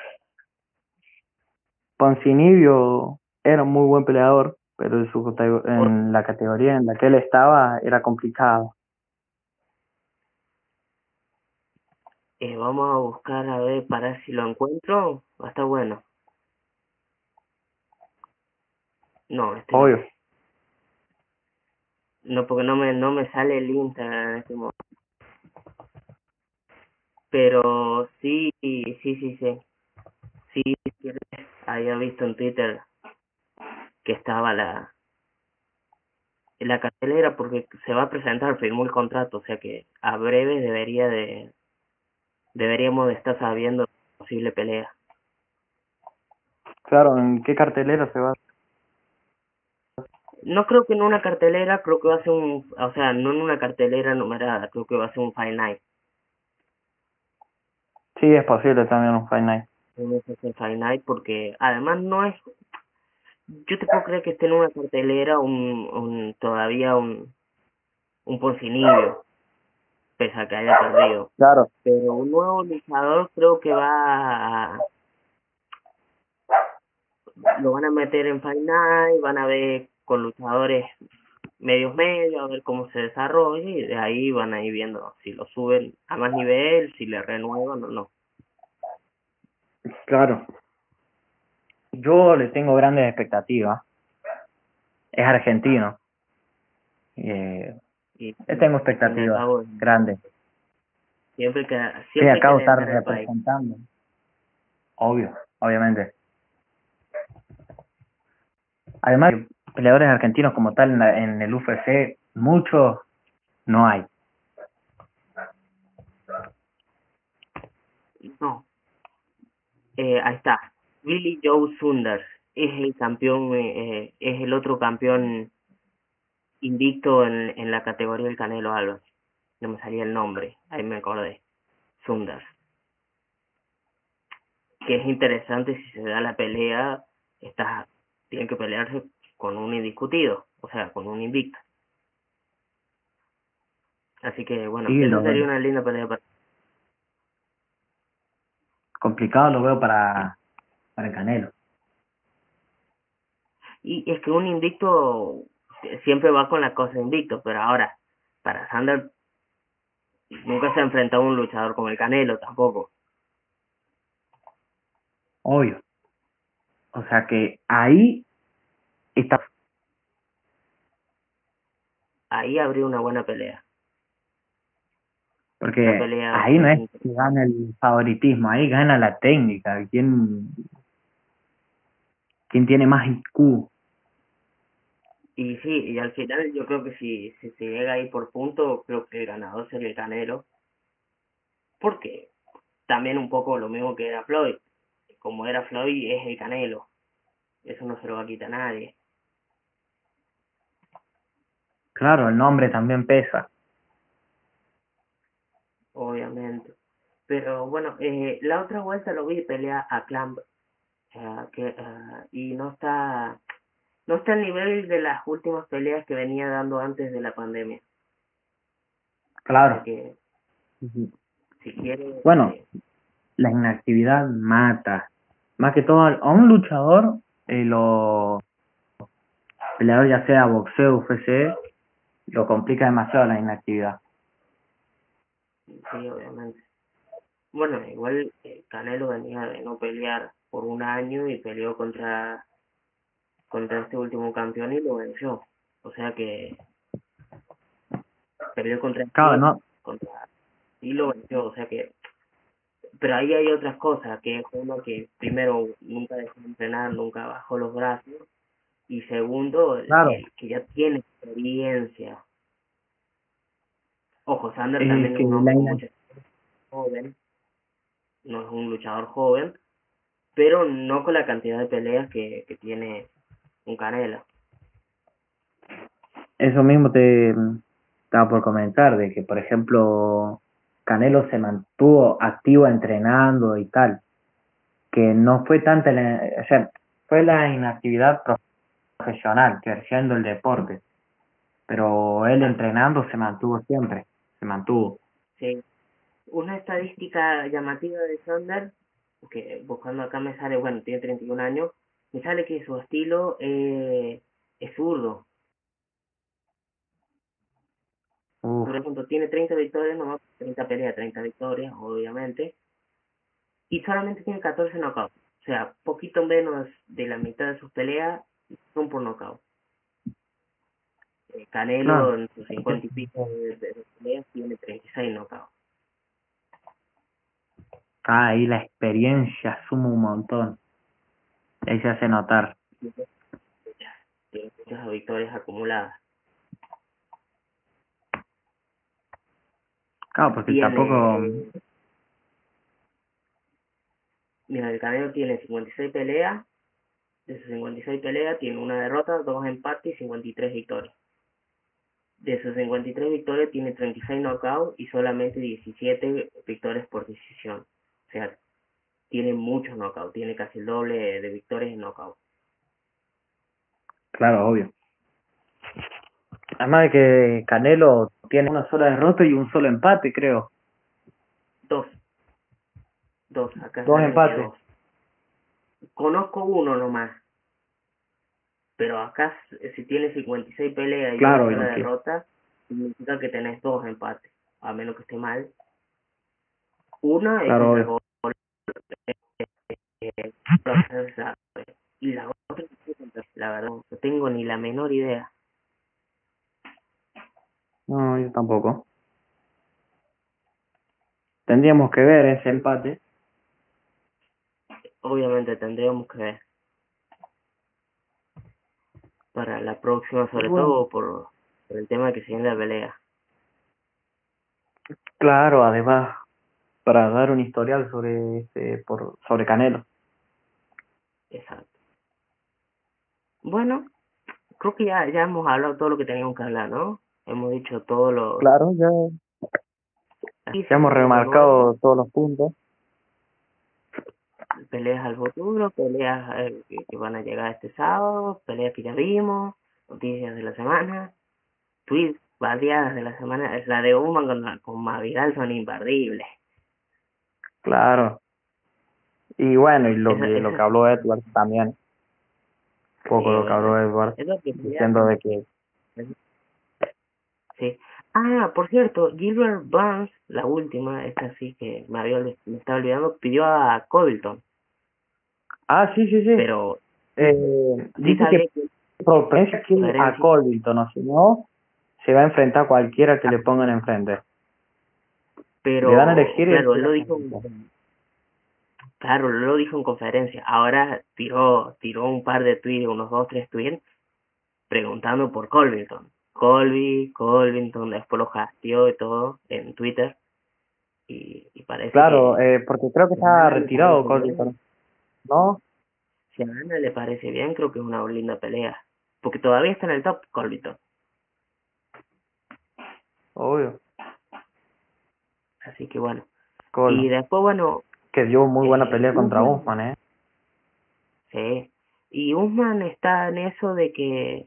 Poncinibio era un muy buen peleador, pero en la categoría en la que él estaba era complicado. Vamos a buscar a ver para ver si lo encuentro. Va a estar bueno. No, este no. Obvio. No, porque no me sale el Instagram en este momento. Pero sí, sí, sí, sí. Sí, si quieres, había visto en Twitter que estaba la cartelera porque se va a presentar, firmó el contrato, o sea que a breve deberíamos de estar sabiendo posible pelea. Claro, ¿en qué cartelera se va? No creo que en una cartelera, creo que va a ser o sea, no en una cartelera numerada, creo que va a ser un Fight Night. Sí, es posible también un Fight Night. Un Fight Night porque además no es, yo te puedo creer que esté en una cartelera todavía un Poncinibio, pese a que haya perdido. Claro. Pero un nuevo luchador creo que lo van a meter en Fight Night, van a ver con luchadores medios, a ver cómo se desarrolla y de ahí van a ir viendo si lo suben a más nivel, si le renuevan o no. Claro. Yo le tengo grandes expectativas. Es argentino. Y Le tengo al fin y al expectativas cabo, grandes. siempre que Sí, siempre hay que acabo de estar vender el país. representando. Obvio, obviamente. Además, peleadores argentinos como tal en el UFC, muchos no hay. No, ahí está. Billy Joe Saunders es el campeón, es el otro campeón invicto en la categoría del Canelo Álvarez. No me salía el nombre, ahí me acordé. Saunders. Que es interesante si se da la pelea, tienen que pelearse con un indiscutido, o sea, con un invicto. Así que bueno, Sí, esa lo sería veo. una linda pelea Complicado lo veo para el Canelo. y es que un invicto siempre va con la cosa de invicto, pero ahora, para Sander nunca se ha enfrentado a un luchador como el Canelo tampoco. Obvio. O sea que ahí está. Ahí habría una buena pelea. Una Porque pelea ahí no es interesante. que gana el favoritismo, ahí gana la técnica. ¿Quién tiene más IQ? Y sí, y al final yo creo que si se llega ahí por punto, creo que el ganador sería el Canelo. Porque también un poco lo mismo que era Floyd. Como era Floyd, es el Canelo. Eso no se lo va a quitar a nadie, Claro, el nombre también pesa. obviamente. Pero bueno, la otra vuelta lo vi pelear a Clamp, y no está al nivel de las últimas peleas que venía dando antes de la pandemia. O sea Claro. que, si quiere, Bueno, la inactividad mata. Más que todo a un luchador, los peleadores ya sea boxeo, UFC, lo complica demasiado la inactividad. sí, obviamente. Bueno, igual Canelo venía de no pelear por un año y peleó contra este último campeón y lo venció. O sea que perdió Claro, no, contra y lo venció. O sea que, pero ahí hay otras cosas, que es uno que primero nunca dejó de entrenar, nunca bajó los brazos, y segundo, claro, que ya tiene experiencia. Ojo, Sander es también es que un hombre con mucha joven, no es un luchador joven, pero no con la cantidad de peleas que tiene un Canelo. eso mismo te estaba por comentar, de que por ejemplo Canelo se mantuvo activo entrenando y tal, que no fue tanta o sea, fue la inactividad profesional, creciendo el deporte. Pero él entrenando se mantuvo siempre, se mantuvo. Sí. Una estadística llamativa de Saunders, que buscando acá me sale, bueno, tiene 31 años, me sale que su estilo es zurdo. Uf, Por ejemplo, tiene 30 victorias, nomás 30 peleas, 30 victorias, obviamente, y solamente tiene 14 knockouts. O sea, poquito menos de la mitad de sus peleas son por knockout. Canelo claro. en sus 50 y pico de peleas tiene 36 knockouts. Ahí la experiencia suma un montón. Ahí se hace notar. Tiene muchas victorias acumuladas. Claro, porque Tiene, tampoco... mira, el Canelo tiene 56 peleas, de sus 56 peleas tiene una derrota, 2 empates y 53 victorias. De sus 53 victorias tiene 36 knockouts y solamente 17 victorias por decisión. O sea, tiene muchos knockouts, tiene casi el doble de victorias en knockout. Claro, obvio. Además de que Canelo tiene una sola derrota y un solo empate, creo. Dos, acá Dos sale que empates. dos. Conozco uno nomás, pero acá si tienes 56 peleas y Claro, una sola y que... derrota, significa que tenés dos empates, a menos que esté mal. Una es Claro, contra obvio. y la otra, la verdad, no tengo ni la menor idea. No, yo tampoco. Tendríamos que ver ese empate. Obviamente tendríamos que ver para la próxima, Y sobre bueno, todo por el tema que se viene la pelea. claro, además, para dar un historial sobre Canelo. Exacto. Bueno, creo que ya hemos hablado todo lo que teníamos que hablar, ¿no? Hemos dicho todo lo... Claro, ya Aquí Ya hemos siempre de nuevo, remarcado todos los puntos. peleas al futuro, peleas que van a llegar este sábado, peleas que ya vimos, noticias de la semana, tweets, bardeadas de la semana. Es la de Human con Mavidal son imperdibles. Claro. Y bueno, y lo que Esa, habló Edward también. Un sí, poco lo que habló obviamente. Edward. Esa que Diciendo de que, sí. Ah, por cierto, Gilbert Burns, la última, esta sí que me estaba olvidando, pidió a Covington, sí, sí, sí. pero sí Dice que sabía que propensa que a conferencia, Colvington, o si no, se va a enfrentar a cualquiera que le pongan enfrente. Le dan a pero elegir y él claro, se él va lo a dijo, enfrentar. claro, él lo dijo en conferencia. Ahora tiró un par de tweets, unos 2, 3 tweets, preguntando por Covington. Covington, después lo hasteó y todo en Twitter y parece Claro, que porque creo que si a está Ana le retirado parece bien, Colvington, ¿no? si a Ana le parece bien, creo que es una linda pelea. Porque todavía está en el top Covington. Obvio. Así que bueno. Y Col, después, bueno, que dio muy buena pelea contra Usman, Usman, ¿eh? sí. Y Usman está en eso de que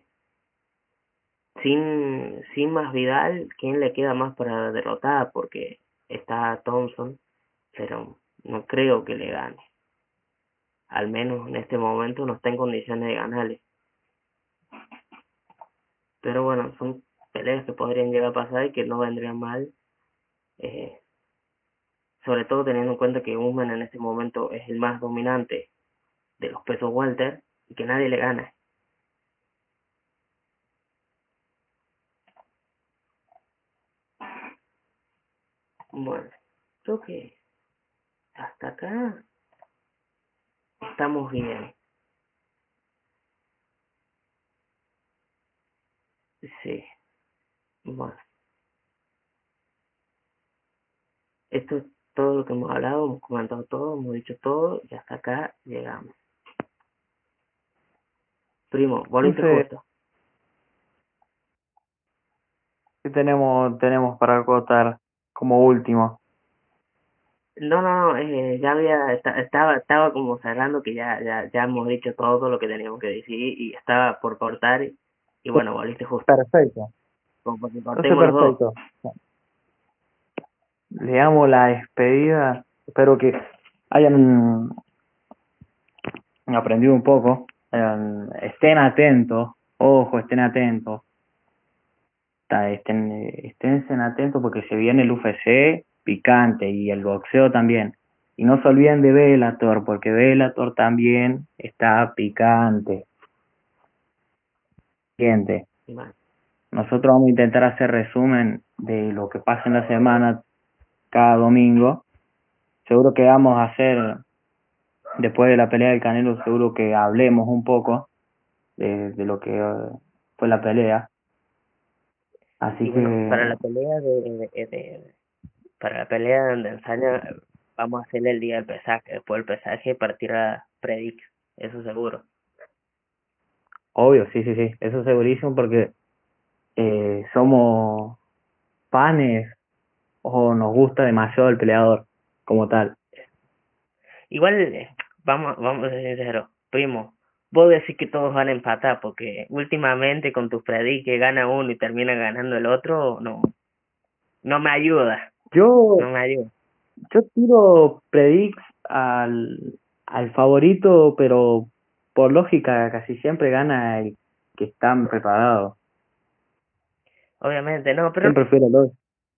sin más Vidal, ¿quién le queda más para derrotar? Porque está Thompson, pero no creo que le gane. Al menos en este momento no está en condiciones de ganarle. Pero bueno, son peleas que podrían llegar a pasar y que no vendrían mal. Eh, Sobre todo teniendo en cuenta que Usman en este momento es el más dominante de los pesos welter y que nadie le gana. Bueno, creo que hasta acá estamos bien. Sí, bueno, esto es todo lo que hemos hablado, hemos comentado todo, hemos dicho todo y hasta acá llegamos. Primo, volviste Entonces, justo. ¿qué tenemos para acotar como último? Ya estaba como cerrando que ya hemos dicho todo lo que teníamos que decir y estaba por cortar y bueno, volviste justo, Perfecto. como porque Entonces, cortemos los dos. perfecto. Le damos la despedida. Espero que hayan aprendido un poco. Estén atentos. Ojo, estén atentos. Esténse atentos porque se viene el UFC picante y el boxeo también. Y no se olviden de Bellator, porque Bellator también está picante. Gente, Y bueno, nosotros vamos a intentar hacer resumen de lo que pasa en la semana cada domingo. Seguro que vamos a hacer, después de la pelea del Canelo, seguro que hablemos un poco de lo que fue la pelea. y Así bueno, que, para la pelea donde ensaña, vamos a hacerle el día del pesaje, después del pesaje partirá Predic, eso seguro. obvio, sí, sí, sí, eso es segurísimo porque somos fans o nos gusta demasiado el peleador como tal. Igual, vamos a ser sinceros, primo, vos decís que todos van a empatar, porque últimamente con tus Predic que gana uno y termina ganando el otro, no me ayuda, Yo, no me ayuda. yo tiro predicts al favorito, pero por lógica casi siempre gana el que está preparado. Obviamente, no, pero Siempre prefiero los.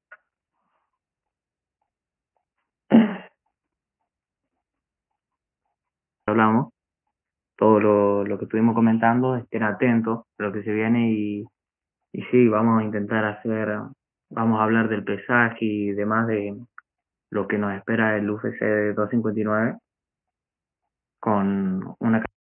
Hablamos, todo lo que estuvimos comentando, estén atentos a lo que se viene y sí, vamos a intentar vamos a hablar del pesaje y demás de lo que nos espera el UFC 259 con una